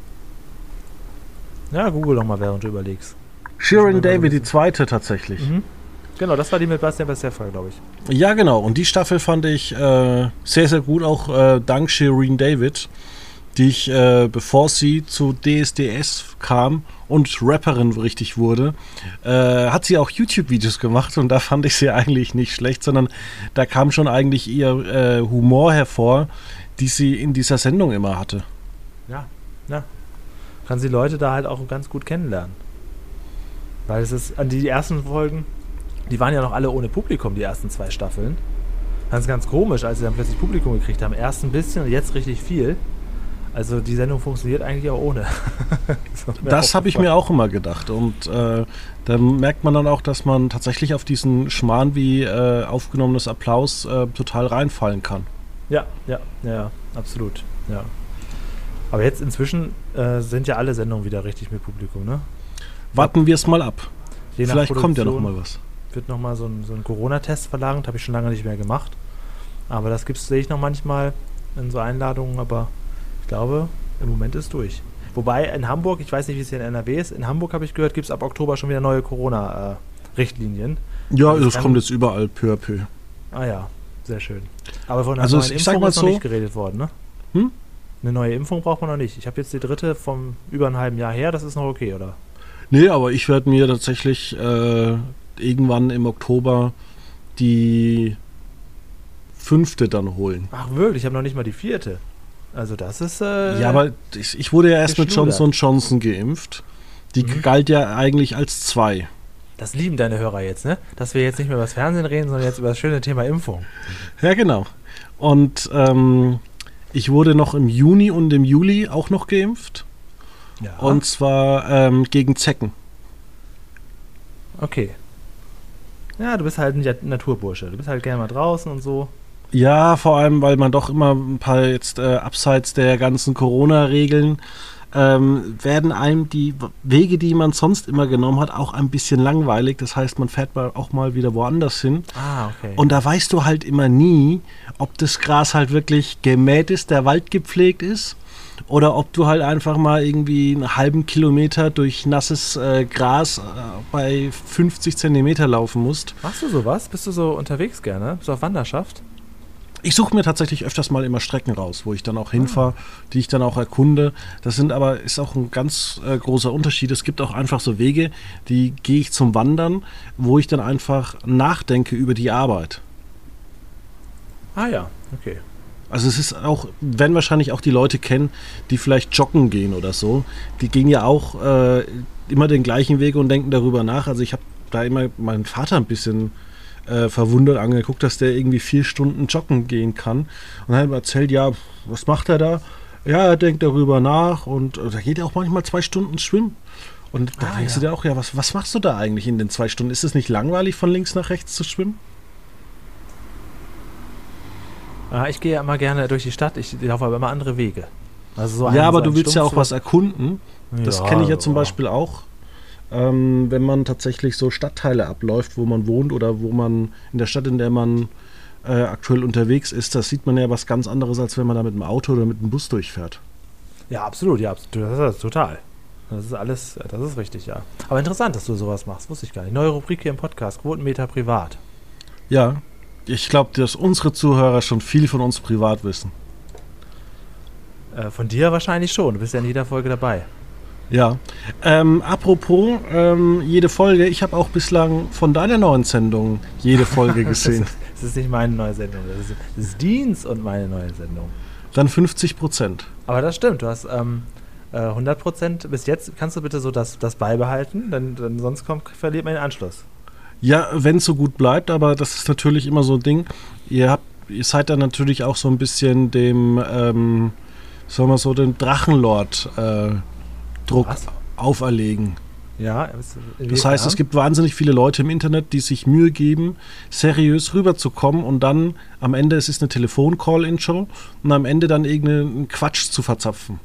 Ja, google doch mal, während du überlegst. Shirin David, die zweite tatsächlich. Mhm. Genau, das war die mit Bastian Pastewka, glaube ich. Ja, genau. Und die Staffel fand ich sehr, sehr gut, auch dank Shirin David, die ich, bevor sie zu DSDS kam und Rapperin richtig wurde, hat sie auch YouTube-Videos gemacht und da fand ich sie eigentlich nicht schlecht, sondern da kam schon eigentlich ihr Humor hervor, die sie in dieser Sendung immer hatte. Ja. Kann sie Leute da halt auch ganz gut kennenlernen. Weil es ist, an die ersten Folgen, die waren ja noch alle ohne Publikum, die ersten 2 Staffeln. Ganz komisch, als sie dann plötzlich Publikum gekriegt haben. Erst ein bisschen und jetzt richtig viel. Also die Sendung funktioniert eigentlich auch ohne. Das habe ich mir auch immer gedacht. Und da merkt man dann auch, dass man tatsächlich auf diesen Schmarrn wie aufgenommenes Applaus total reinfallen kann. Ja, absolut. Ja. Aber jetzt inzwischen sind ja alle Sendungen wieder richtig mit Publikum, ne? Warten wir es mal ab. Vielleicht kommt ja noch mal was. Wird noch mal so ein Corona-Test verlangt, habe ich schon lange nicht mehr gemacht. Aber das sehe ich noch manchmal in so Einladungen, aber ich glaube, im Moment ist durch. Wobei in Hamburg, ich weiß nicht, wie es hier in NRW ist, in Hamburg habe ich gehört, gibt es ab Oktober schon wieder neue Corona-Richtlinien. Ja, das kommt jetzt überall peu à peu. Ah ja, sehr schön. Aber von einer neuen Impfung ist noch nicht geredet worden, ne? Eine neue Impfung braucht man noch nicht. Ich habe jetzt die 3. vom über einem halben Jahr her, das ist noch okay, oder? Nee, aber ich werde mir tatsächlich irgendwann im Oktober die 5. dann holen. Ach wirklich, ich habe noch nicht mal die 4. Also das ist... ja, aber ich wurde ja erst mit Johnson & Johnson geimpft. Die galt ja eigentlich als 2. Das lieben deine Hörer jetzt, ne? Dass wir jetzt nicht mehr über das Fernsehen reden, sondern jetzt über das schöne Thema Impfung. Ja, genau. Und ich wurde noch im Juni und im Juli auch noch geimpft. Ja. Und zwar gegen Zecken. Okay. Ja, du bist halt ein Naturbursche. Du bist halt gerne mal draußen und so. Ja, vor allem, weil man doch immer ein paar jetzt abseits der ganzen Corona-Regeln werden einem die Wege, die man sonst immer genommen hat, auch ein bisschen langweilig. Das heißt, man fährt auch mal wieder woanders hin. Ah, okay. Und da weißt du halt immer nie, ob das Gras halt wirklich gemäht ist, der Wald gepflegt ist, oder ob du halt einfach mal irgendwie einen halben Kilometer durch nasses Gras bei 50 Zentimeter laufen musst. Machst du sowas? Bist du so unterwegs gerne? Bist du auf Wanderschaft? Ich suche mir tatsächlich öfters mal immer Strecken raus, wo ich dann auch hinfahre, die ich dann auch erkunde. Das ist auch ein ganz großer Unterschied. Es gibt auch einfach so Wege, die gehe ich zum Wandern, wo ich dann einfach nachdenke über die Arbeit. Ah ja, okay. Also es ist auch, werden wahrscheinlich auch die Leute kennen, die vielleicht joggen gehen oder so. Die gehen ja auch immer den gleichen Weg und denken darüber nach. Also ich habe da immer meinen Vater ein bisschen verwundert angeguckt, dass der irgendwie 4 Stunden joggen gehen kann. Und dann hat er erzählt, ja, was macht er da? Ja, er denkt darüber nach und da geht er auch manchmal 2 Stunden schwimmen. Und da denkst du dir auch, ja, was machst du da eigentlich in den 2 Stunden? Ist es nicht langweilig, von links nach rechts zu schwimmen? Ich gehe ja immer gerne durch die Stadt, ich laufe aber immer andere Wege. Also so ja, aber du willst ja auch was erkunden. Das kenne ich ja zum Beispiel auch. wenn man tatsächlich so Stadtteile abläuft, wo man wohnt oder wo man in der Stadt, in der man aktuell unterwegs ist, das sieht man ja was ganz anderes, als wenn man da mit dem Auto oder mit dem Bus durchfährt. Ja, absolut, ja, das ist total. Das ist alles, das ist richtig, ja. Aber interessant, dass du sowas machst, wusste ich gar nicht. Neue Rubrik hier im Podcast, Quotenmeter privat. Ja, ich glaube, dass unsere Zuhörer schon viel von uns privat wissen. Von dir wahrscheinlich schon, du bist ja in jeder Folge dabei. Ja, apropos jede Folge, ich habe auch bislang von deiner neuen Sendung jede Folge gesehen. Das ist nicht meine neue Sendung, das ist Dienst und meine neue Sendung. Dann 50%. Aber das stimmt, du hast 100% bis jetzt. Kannst du bitte so das beibehalten? Denn sonst verliert man den Anschluss. Ja, wenn es so gut bleibt, aber das ist natürlich immer so ein Ding. Ihr seid dann natürlich auch so ein bisschen dem, sagen wir so, dem Drachenlord Druck auferlegen. Ja, das heißt, es gibt wahnsinnig viele Leute im Internet, die sich Mühe geben, seriös rüberzukommen und dann am Ende, es ist eine Telefon-Call-In-Show und am Ende dann irgendeinen Quatsch zu verzapfen.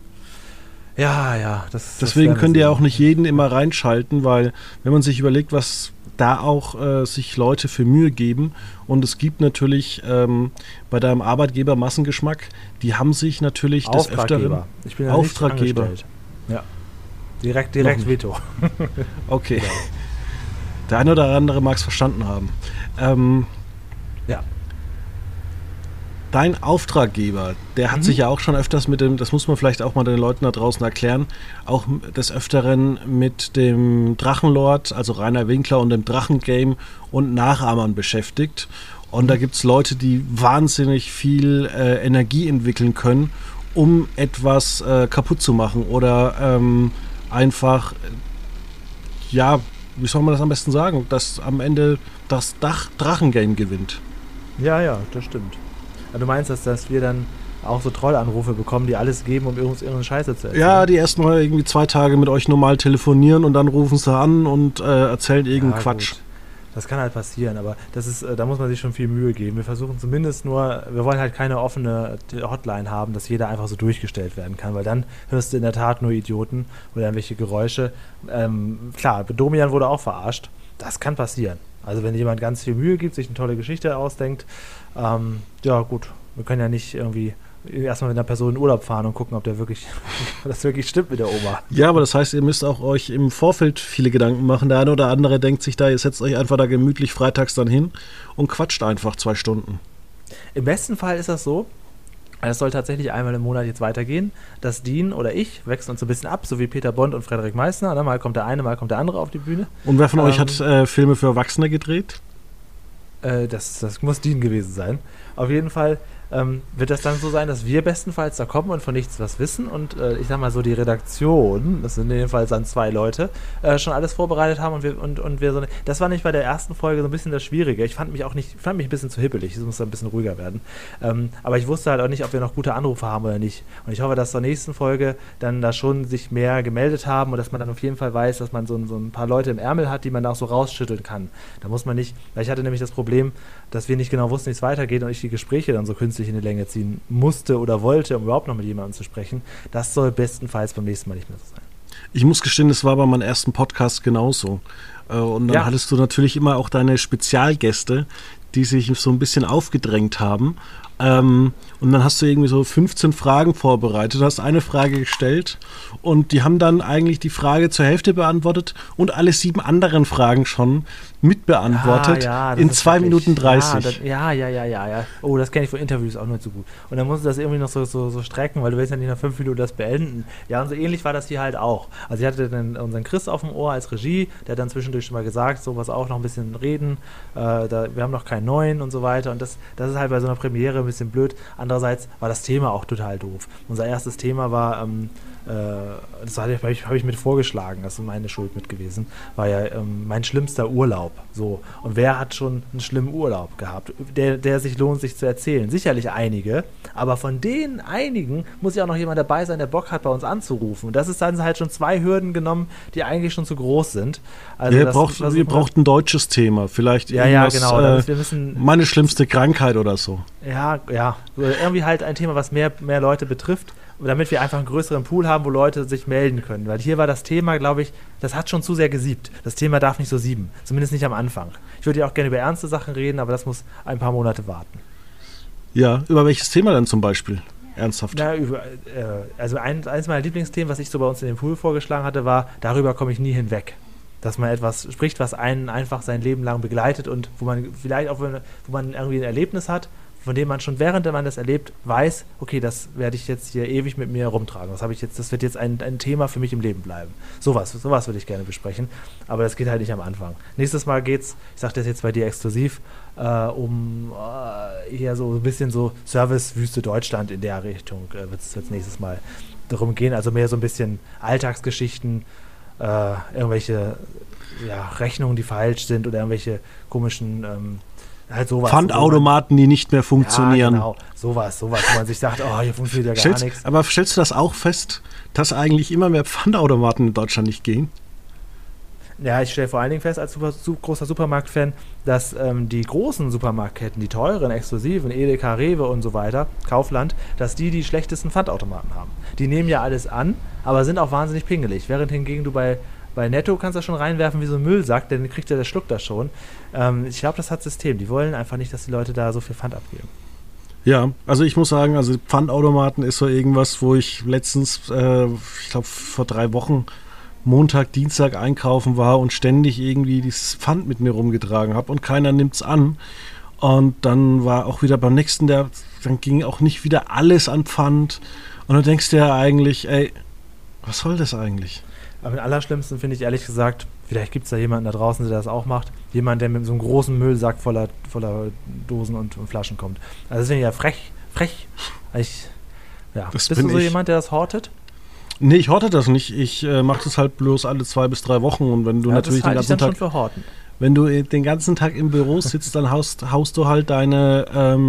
Ja, deswegen könnt ihr auch nicht jeden immer reinschalten, weil wenn man sich überlegt, was da auch sich Leute für Mühe geben und es gibt natürlich bei deinem Arbeitgeber Massengeschmack, die haben sich natürlich des Öfteren ich bin ja Auftraggeber. Ja. Direkt Veto. Okay. Der eine oder andere mag es verstanden haben. Ja. Dein Auftraggeber, der hat sich ja auch schon öfters mit dem, das muss man vielleicht auch mal den Leuten da draußen erklären, auch des Öfteren mit dem Drachenlord, also Rainer Winkler und dem Drachengame und Nachahmern beschäftigt. Und da gibt es Leute, die wahnsinnig viel Energie entwickeln können, um etwas kaputt zu machen oder einfach, ja, wie soll man das am besten sagen, dass am Ende das Drachengame gewinnt. Ja, das stimmt. Du meinst, dass wir dann auch so Trollanrufe bekommen, die alles geben, um uns irgendeine Scheiße zu erzählen? Ja, die erst mal irgendwie 2 Tage mit euch normal telefonieren und dann rufen sie an und erzählen irgendeinen Quatsch. Gut. Das kann halt passieren, aber das ist, da muss man sich schon viel Mühe geben. Wir versuchen zumindest nur, wir wollen halt keine offene Hotline haben, dass jeder einfach so durchgestellt werden kann, weil dann hörst du in der Tat nur Idioten oder irgendwelche Geräusche. Klar, Domian wurde auch verarscht. Das kann passieren. Also wenn jemand ganz viel Mühe gibt, sich eine tolle Geschichte ausdenkt, ja gut, wir können ja nicht irgendwie erstmal mit einer Person in Urlaub fahren und gucken, ob das wirklich stimmt mit der Oma. Ja, aber das heißt, ihr müsst auch euch im Vorfeld viele Gedanken machen. Der eine oder andere denkt sich da, ihr setzt euch einfach da gemütlich freitags dann hin und quatscht einfach 2 Stunden. Im besten Fall ist das so, es soll tatsächlich einmal im Monat jetzt weitergehen, dass Dean oder ich wechseln uns so ein bisschen ab, so wie Peter Bond und Frederik Meissner. Mal kommt der eine, mal kommt der andere auf die Bühne. Und wer von euch hat Filme für Erwachsene gedreht? Das muss Dean gewesen sein. Auf jeden Fall wird das dann so sein, dass wir bestenfalls da kommen und von nichts was wissen und ich sag mal so die Redaktion, das sind in dem Fall dann 2 Leute, schon alles vorbereitet haben und wir so, das war nicht bei der ersten Folge so ein bisschen das Schwierige. Ich fand mich ein bisschen zu hippelig, es muss ein bisschen ruhiger werden. Aber ich wusste halt auch nicht, ob wir noch gute Anrufe haben oder nicht. Und ich hoffe, dass zur nächsten Folge dann da schon sich mehr gemeldet haben und dass man dann auf jeden Fall weiß, dass man so ein paar Leute im Ärmel hat, die man auch so rausschütteln kann. Da muss man nicht, weil ich hatte nämlich das Problem, dass wir nicht genau wussten, wie es weitergeht und ich die Gespräche dann so künstlich in die Länge ziehen musste oder wollte, um überhaupt noch mit jemandem zu sprechen. Das soll bestenfalls beim nächsten Mal nicht mehr so sein. Ich muss gestehen, das war bei meinem ersten Podcast genauso. Und dann hattest du natürlich immer auch deine Spezialgäste, die sich so ein bisschen aufgedrängt haben. Und dann hast du irgendwie so 15 Fragen vorbereitet, hast eine Frage gestellt und die haben dann eigentlich die Frage zur Hälfte beantwortet und alle 7 anderen Fragen schon mitbeantwortet in 2 Minuten 30. Ja. Oh, das kenne ich von Interviews auch nicht so gut. Und dann musst du das irgendwie noch so strecken, weil du willst ja nicht nach 5 Minuten das beenden. Ja, und so ähnlich war das hier halt auch. Also ich hatte dann unseren Chris auf dem Ohr als Regie, der hat dann zwischendurch schon mal gesagt, so was auch noch ein bisschen reden, wir haben noch keinen neuen und so weiter und das ist halt bei so einer Premiere ein bisschen blöd. Andererseits war das Thema auch total doof. Unser erstes Thema war, das habe ich mit vorgeschlagen, das ist meine Schuld mit gewesen, war ja mein schlimmster Urlaub. So. Und wer hat schon einen schlimmen Urlaub gehabt, der sich lohnt, sich zu erzählen? Sicherlich einige, aber von den einigen muss ja auch noch jemand dabei sein, der Bock hat, bei uns anzurufen. Und das ist dann halt schon 2 Hürden genommen, die eigentlich schon zu groß sind. Also ihr braucht ein deutsches Thema, vielleicht genau. meine schlimmste Krankheit oder so. Ja, irgendwie halt ein Thema, was mehr Leute betrifft, damit wir einfach einen größeren Pool haben, wo Leute sich melden können. Weil hier war das Thema, glaube ich, das hat schon zu sehr gesiebt. Das Thema darf nicht so sieben, zumindest nicht am Anfang. Ich würde ja auch gerne über ernste Sachen reden, aber das muss ein paar Monate warten. Ja, über welches Thema dann zum Beispiel? Ernsthaft? Na, also eins meiner Lieblingsthemen, was ich so bei uns in dem Pool vorgeschlagen hatte, war, darüber komme ich nie hinweg. Dass man etwas spricht, was einen einfach sein Leben lang begleitet und wo man vielleicht auch, wo man irgendwie ein Erlebnis hat, von dem man schon während man das erlebt, weiß, okay, das werde ich jetzt hier ewig mit mir rumtragen. Das wird jetzt ein Thema für mich im Leben bleiben. Sowas würde ich gerne besprechen, aber das geht halt nicht am Anfang. Nächstes Mal geht's, ich sage das jetzt bei dir exklusiv, um eher so ein bisschen so Service-Wüste Deutschland in der Richtung wird es nächstes Mal darum gehen, also mehr so ein bisschen Alltagsgeschichten, irgendwelche Rechnungen, die falsch sind oder irgendwelche komischen halt sowas. Pfandautomaten, die nicht mehr funktionieren. Ja, genau. Sowas, wo man sich sagt, hier funktioniert ja gar nichts. Aber stellst du das auch fest, dass eigentlich immer mehr Pfandautomaten in Deutschland nicht gehen? Ja, ich stelle vor allen Dingen fest, als großer Supermarktfan, dass die großen Supermarktketten, die teuren, exklusiven, Edeka, Rewe und so weiter, Kaufland, dass die schlechtesten Pfandautomaten haben. Die nehmen ja alles an, aber sind auch wahnsinnig pingelig. Während hingegen du bei Netto kannst du das schon reinwerfen wie so ein Müllsack, denn der schluckt das schon. Ich glaube, das hat System. Die wollen einfach nicht, dass die Leute da so viel Pfand abgeben. Ja, also ich muss sagen, also Pfandautomaten ist so irgendwas, wo ich letztens, ich glaube vor 3 Wochen, Montag, Dienstag einkaufen war und ständig irgendwie dieses Pfand mit mir rumgetragen habe und keiner nimmt es an. Und dann war auch wieder beim nächsten, dann ging auch nicht wieder alles an Pfand. Und dann denkst du ja eigentlich, ey, was soll das eigentlich? Aber am allerschlimmsten finde ich ehrlich gesagt, vielleicht gibt es da jemanden da draußen, der das auch macht, jemand, der mit so einem großen Müllsack voller Dosen und Flaschen kommt. Also das finde ich ja frech. Bist du so jemand, der das hortet? Nee, ich horte das nicht. Ich mache das halt bloß alle 2 bis 3 Wochen. Und wenn du natürlich den ganzen Tag schon für horten. Wenn du den ganzen Tag im Büro sitzt, dann haust du halt deine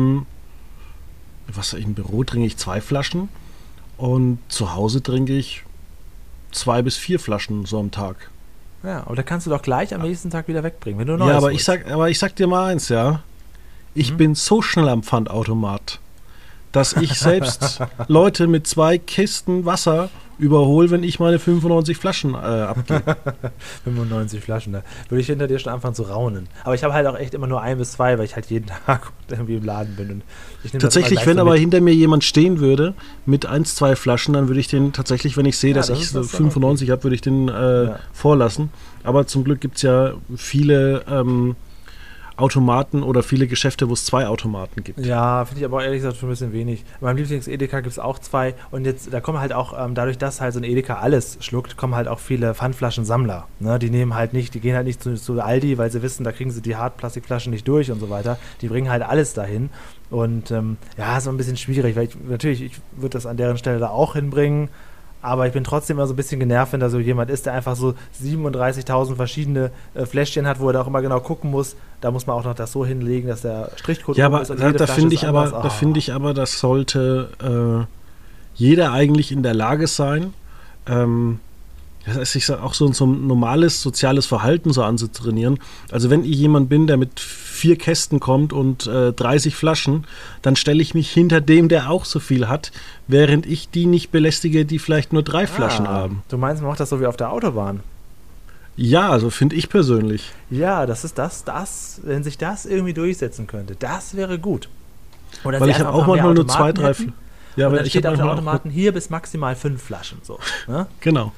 im Büro trinke ich 2 Flaschen und zu Hause trinke ich 2 bis 4 Flaschen so am Tag. Ja, aber da kannst du doch gleich am nächsten Tag wieder wegbringen, wenn du Neues aber ich sag dir mal eins, ja. Ich bin so schnell am Pfandautomat, dass ich selbst Leute mit 2 Kisten Wasser überhole, wenn ich meine 95 Flaschen abgebe. 95 Flaschen, da würde ich hinter dir schon anfangen zu raunen. Aber ich habe halt auch echt immer nur 1 bis 2, weil ich halt jeden Tag irgendwie im Laden bin. Und ich tatsächlich, wenn aber hinter mir jemand stehen würde mit 1, 2 Flaschen, dann würde ich den tatsächlich, wenn ich sehe, dass ich 95 habe, würde ich den vorlassen. Aber zum Glück gibt es ja viele Automaten oder viele Geschäfte, wo es 2 Automaten gibt. Ja, finde ich aber ehrlich gesagt schon ein bisschen wenig. In meinem Lieblings-Edeka gibt es auch 2 und jetzt, da kommen halt auch, dadurch, dass halt so ein Edeka alles schluckt, kommen halt auch viele Pfandflaschensammler. Ne? Die gehen halt nicht zu Aldi, weil sie wissen, da kriegen sie die Hartplastikflaschen nicht durch und so weiter. Die bringen halt alles dahin und ist so ein bisschen schwierig, weil ich würde das an deren Stelle da auch hinbringen. Aber ich bin trotzdem immer so ein bisschen genervt, wenn da so jemand ist, der einfach so 37.000 verschiedene Fläschchen hat, wo er da auch immer genau gucken muss. Da muss man auch noch das so hinlegen, dass der Strichcode ist. Ja, aber da finde ich aber, das sollte jeder eigentlich in der Lage sein, das ist auch so ein normales soziales Verhalten so anzutrainieren. Also wenn ich jemand bin, der mit 4 Kästen kommt und 30 Flaschen, dann stelle ich mich hinter dem, der auch so viel hat, während ich die nicht belästige, die vielleicht nur 3 Flaschen haben. Du meinst, man macht das so wie auf der Autobahn? Ja, also finde ich persönlich. Ja, das ist das, wenn sich das irgendwie durchsetzen könnte, das wäre gut. Oder weil ich habe auch manchmal nur 2, 3 Flaschen. Ja, aber dann steht auf dem Automaten hier bis maximal 5 Flaschen. So, ne? Genau.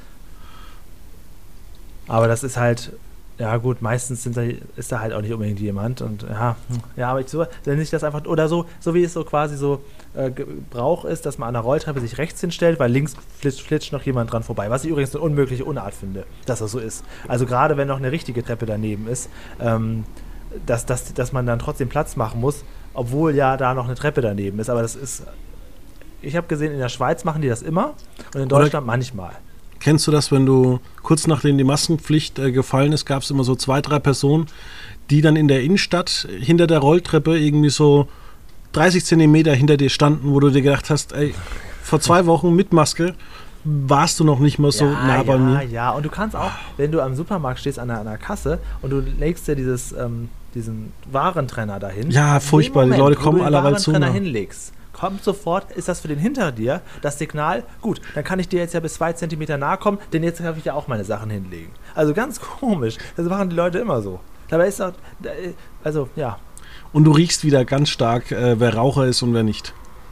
Aber das ist halt, ja gut, meistens ist da halt auch nicht unbedingt jemand und aber wenn sich das einfach, oder so wie es so quasi so Brauch ist, dass man an der Rolltreppe sich rechts hinstellt, weil links flitscht noch jemand dran vorbei, was ich übrigens eine unmögliche Unart finde, dass das so ist. Also gerade wenn noch eine richtige Treppe daneben ist, dass man dann trotzdem Platz machen muss, obwohl ja da noch eine Treppe daneben ist, aber das ist, ich habe gesehen, in der Schweiz machen die das immer und in Deutschland manchmal. Kennst du das, wenn du kurz nachdem die Maskenpflicht gefallen ist, gab es immer so 2, 3 Personen, die dann in der Innenstadt hinter der Rolltreppe irgendwie so 30 Zentimeter hinter dir standen, wo du dir gedacht hast, ey, vor 2 Wochen mit Maske warst du noch nicht mal so nah bei mir. Ja, und du kannst auch, wenn du am Supermarkt stehst an der Kasse und du legst dir Warentrenner dahin. Ja, furchtbar, die Leute kommen allerweil zu. Wenn du den Warentrenner hinlegst, kommt sofort, ist das für den hinter dir das Signal, gut, dann kann ich dir jetzt ja bis 2 Zentimeter nahe kommen, denn jetzt darf ich ja auch meine Sachen hinlegen. Also ganz komisch, das machen die Leute immer so. Dabei ist auch, also ja. Und du riechst wieder ganz stark, wer Raucher ist und wer nicht.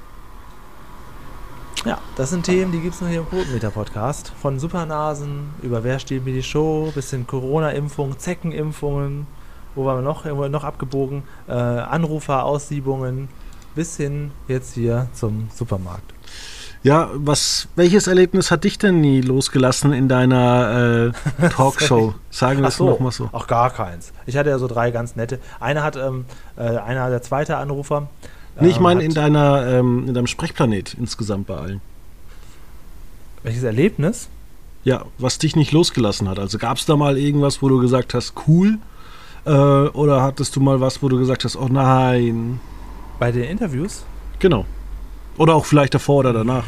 Ja, das sind Themen, die gibt es noch hier im Quotenmeter-Podcast. Von Supernasen über Wer stiehlt mir die Show, bis hin Corona-Impfungen, Zeckenimpfungen, wo waren wir noch abgebogen, Anrufer-Aussiebungen, bis hin jetzt hier zum Supermarkt. Ja, welches Erlebnis hat dich denn nie losgelassen in deiner Talkshow? Sagen wir es nochmal so. Auch gar keins. Ich hatte ja so 3 ganz nette. Der zweite Anrufer. Nee, ich meine in deinem Sprechplanet insgesamt bei allen. Welches Erlebnis? Ja, was dich nicht losgelassen hat. Also gab es da mal irgendwas, wo du gesagt hast, cool? Oder hattest du mal was, wo du gesagt hast, oh nein? Bei den Interviews? Genau. Oder auch vielleicht davor oder danach.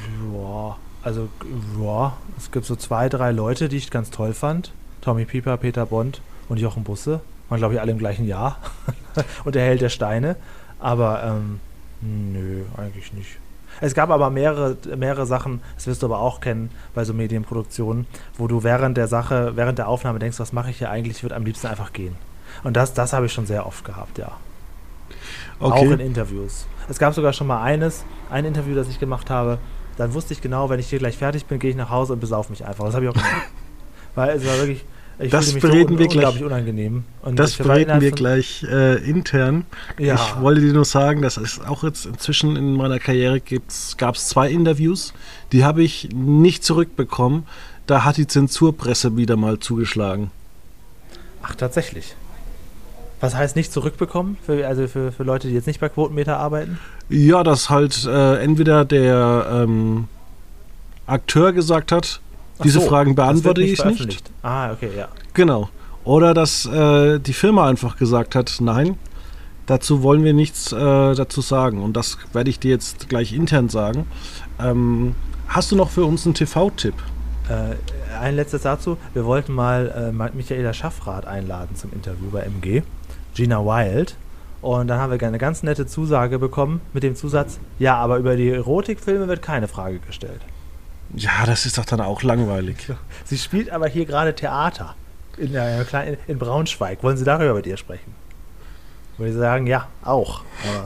Ja, es gibt so 2, 3 Leute, die ich ganz toll fand. Tommy Pieper, Peter Bond und Jochen Busse. Waren, glaube ich, alle im gleichen Jahr. Und der Held der Steine. Aber, nö, eigentlich nicht. Es gab aber mehrere Sachen, das wirst du aber auch kennen bei so Medienproduktionen, wo du während der Aufnahme denkst, was mache ich hier eigentlich? Ich würde am liebsten einfach gehen. Und das habe ich schon sehr oft gehabt, ja. Okay. Auch in Interviews. Es gab sogar schon mal ein Interview, das ich gemacht habe, dann wusste ich genau, wenn ich hier gleich fertig bin, gehe ich nach Hause und besaufe mich einfach. Das habe ich auch gemacht. Weil es war wirklich, ich fühlte mich so unglaublich unangenehm. Und das bereden wir gleich intern. Ja. Ich wollte dir nur sagen, dass es auch jetzt inzwischen in meiner Karriere gab es 2 Interviews, die habe ich nicht zurückbekommen. Da hat die Zensurpresse wieder mal zugeschlagen. Ach, tatsächlich? Was heißt nicht zurückbekommen? Für Leute, die jetzt nicht bei Quotenmeter arbeiten? Ja, dass halt entweder der Akteur gesagt hat, diese Fragen beantworte ich nicht. Ah, okay, ja. Genau. Oder dass die Firma einfach gesagt hat, nein, dazu wollen wir nichts dazu sagen. Und das werde ich dir jetzt gleich intern sagen. Hast du noch für uns einen TV-Tipp? Ein letztes dazu. Wir wollten mal Michaela Schaffrath einladen zum Interview bei MG. Gina Wild. Und dann haben wir eine ganz nette Zusage bekommen mit dem Zusatz, ja, aber über die Erotikfilme wird keine Frage gestellt. Ja, das ist doch dann auch langweilig. Sie spielt aber hier gerade Theater in Braunschweig. Wollen Sie darüber mit ihr sprechen? Würde ich sagen, ja, auch.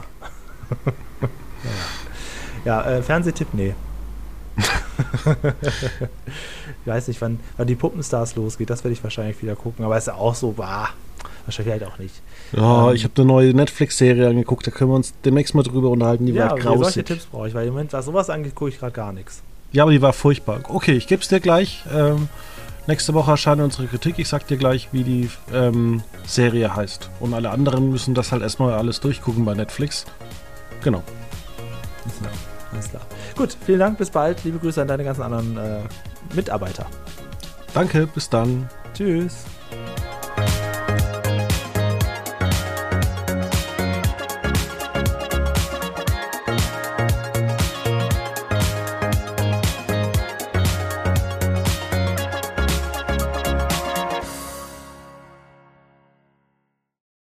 Aber Fernsehtipp, nee. Ich weiß nicht, wann die Puppenstars losgeht. Das werde ich wahrscheinlich wieder gucken. Aber es ist auch so, wahrscheinlich halt auch nicht. Ja, ich habe eine neue Netflix-Serie angeguckt. Da können wir uns demnächst mal drüber unterhalten. Die war grausig. Solche Tipps brauche ich, weil im Moment, was sowas angeht, gucke ich gerade gar nichts. Ja, aber die war furchtbar. Okay, ich gebe es dir gleich. Nächste Woche erscheint unsere Kritik. Ich sag dir gleich, wie die Serie heißt. Und alle anderen müssen das halt erstmal alles durchgucken bei Netflix. Genau. Alles klar. Gut, vielen Dank, bis bald. Liebe Grüße an deine ganzen anderen Mitarbeiter. Danke, bis dann. Tschüss.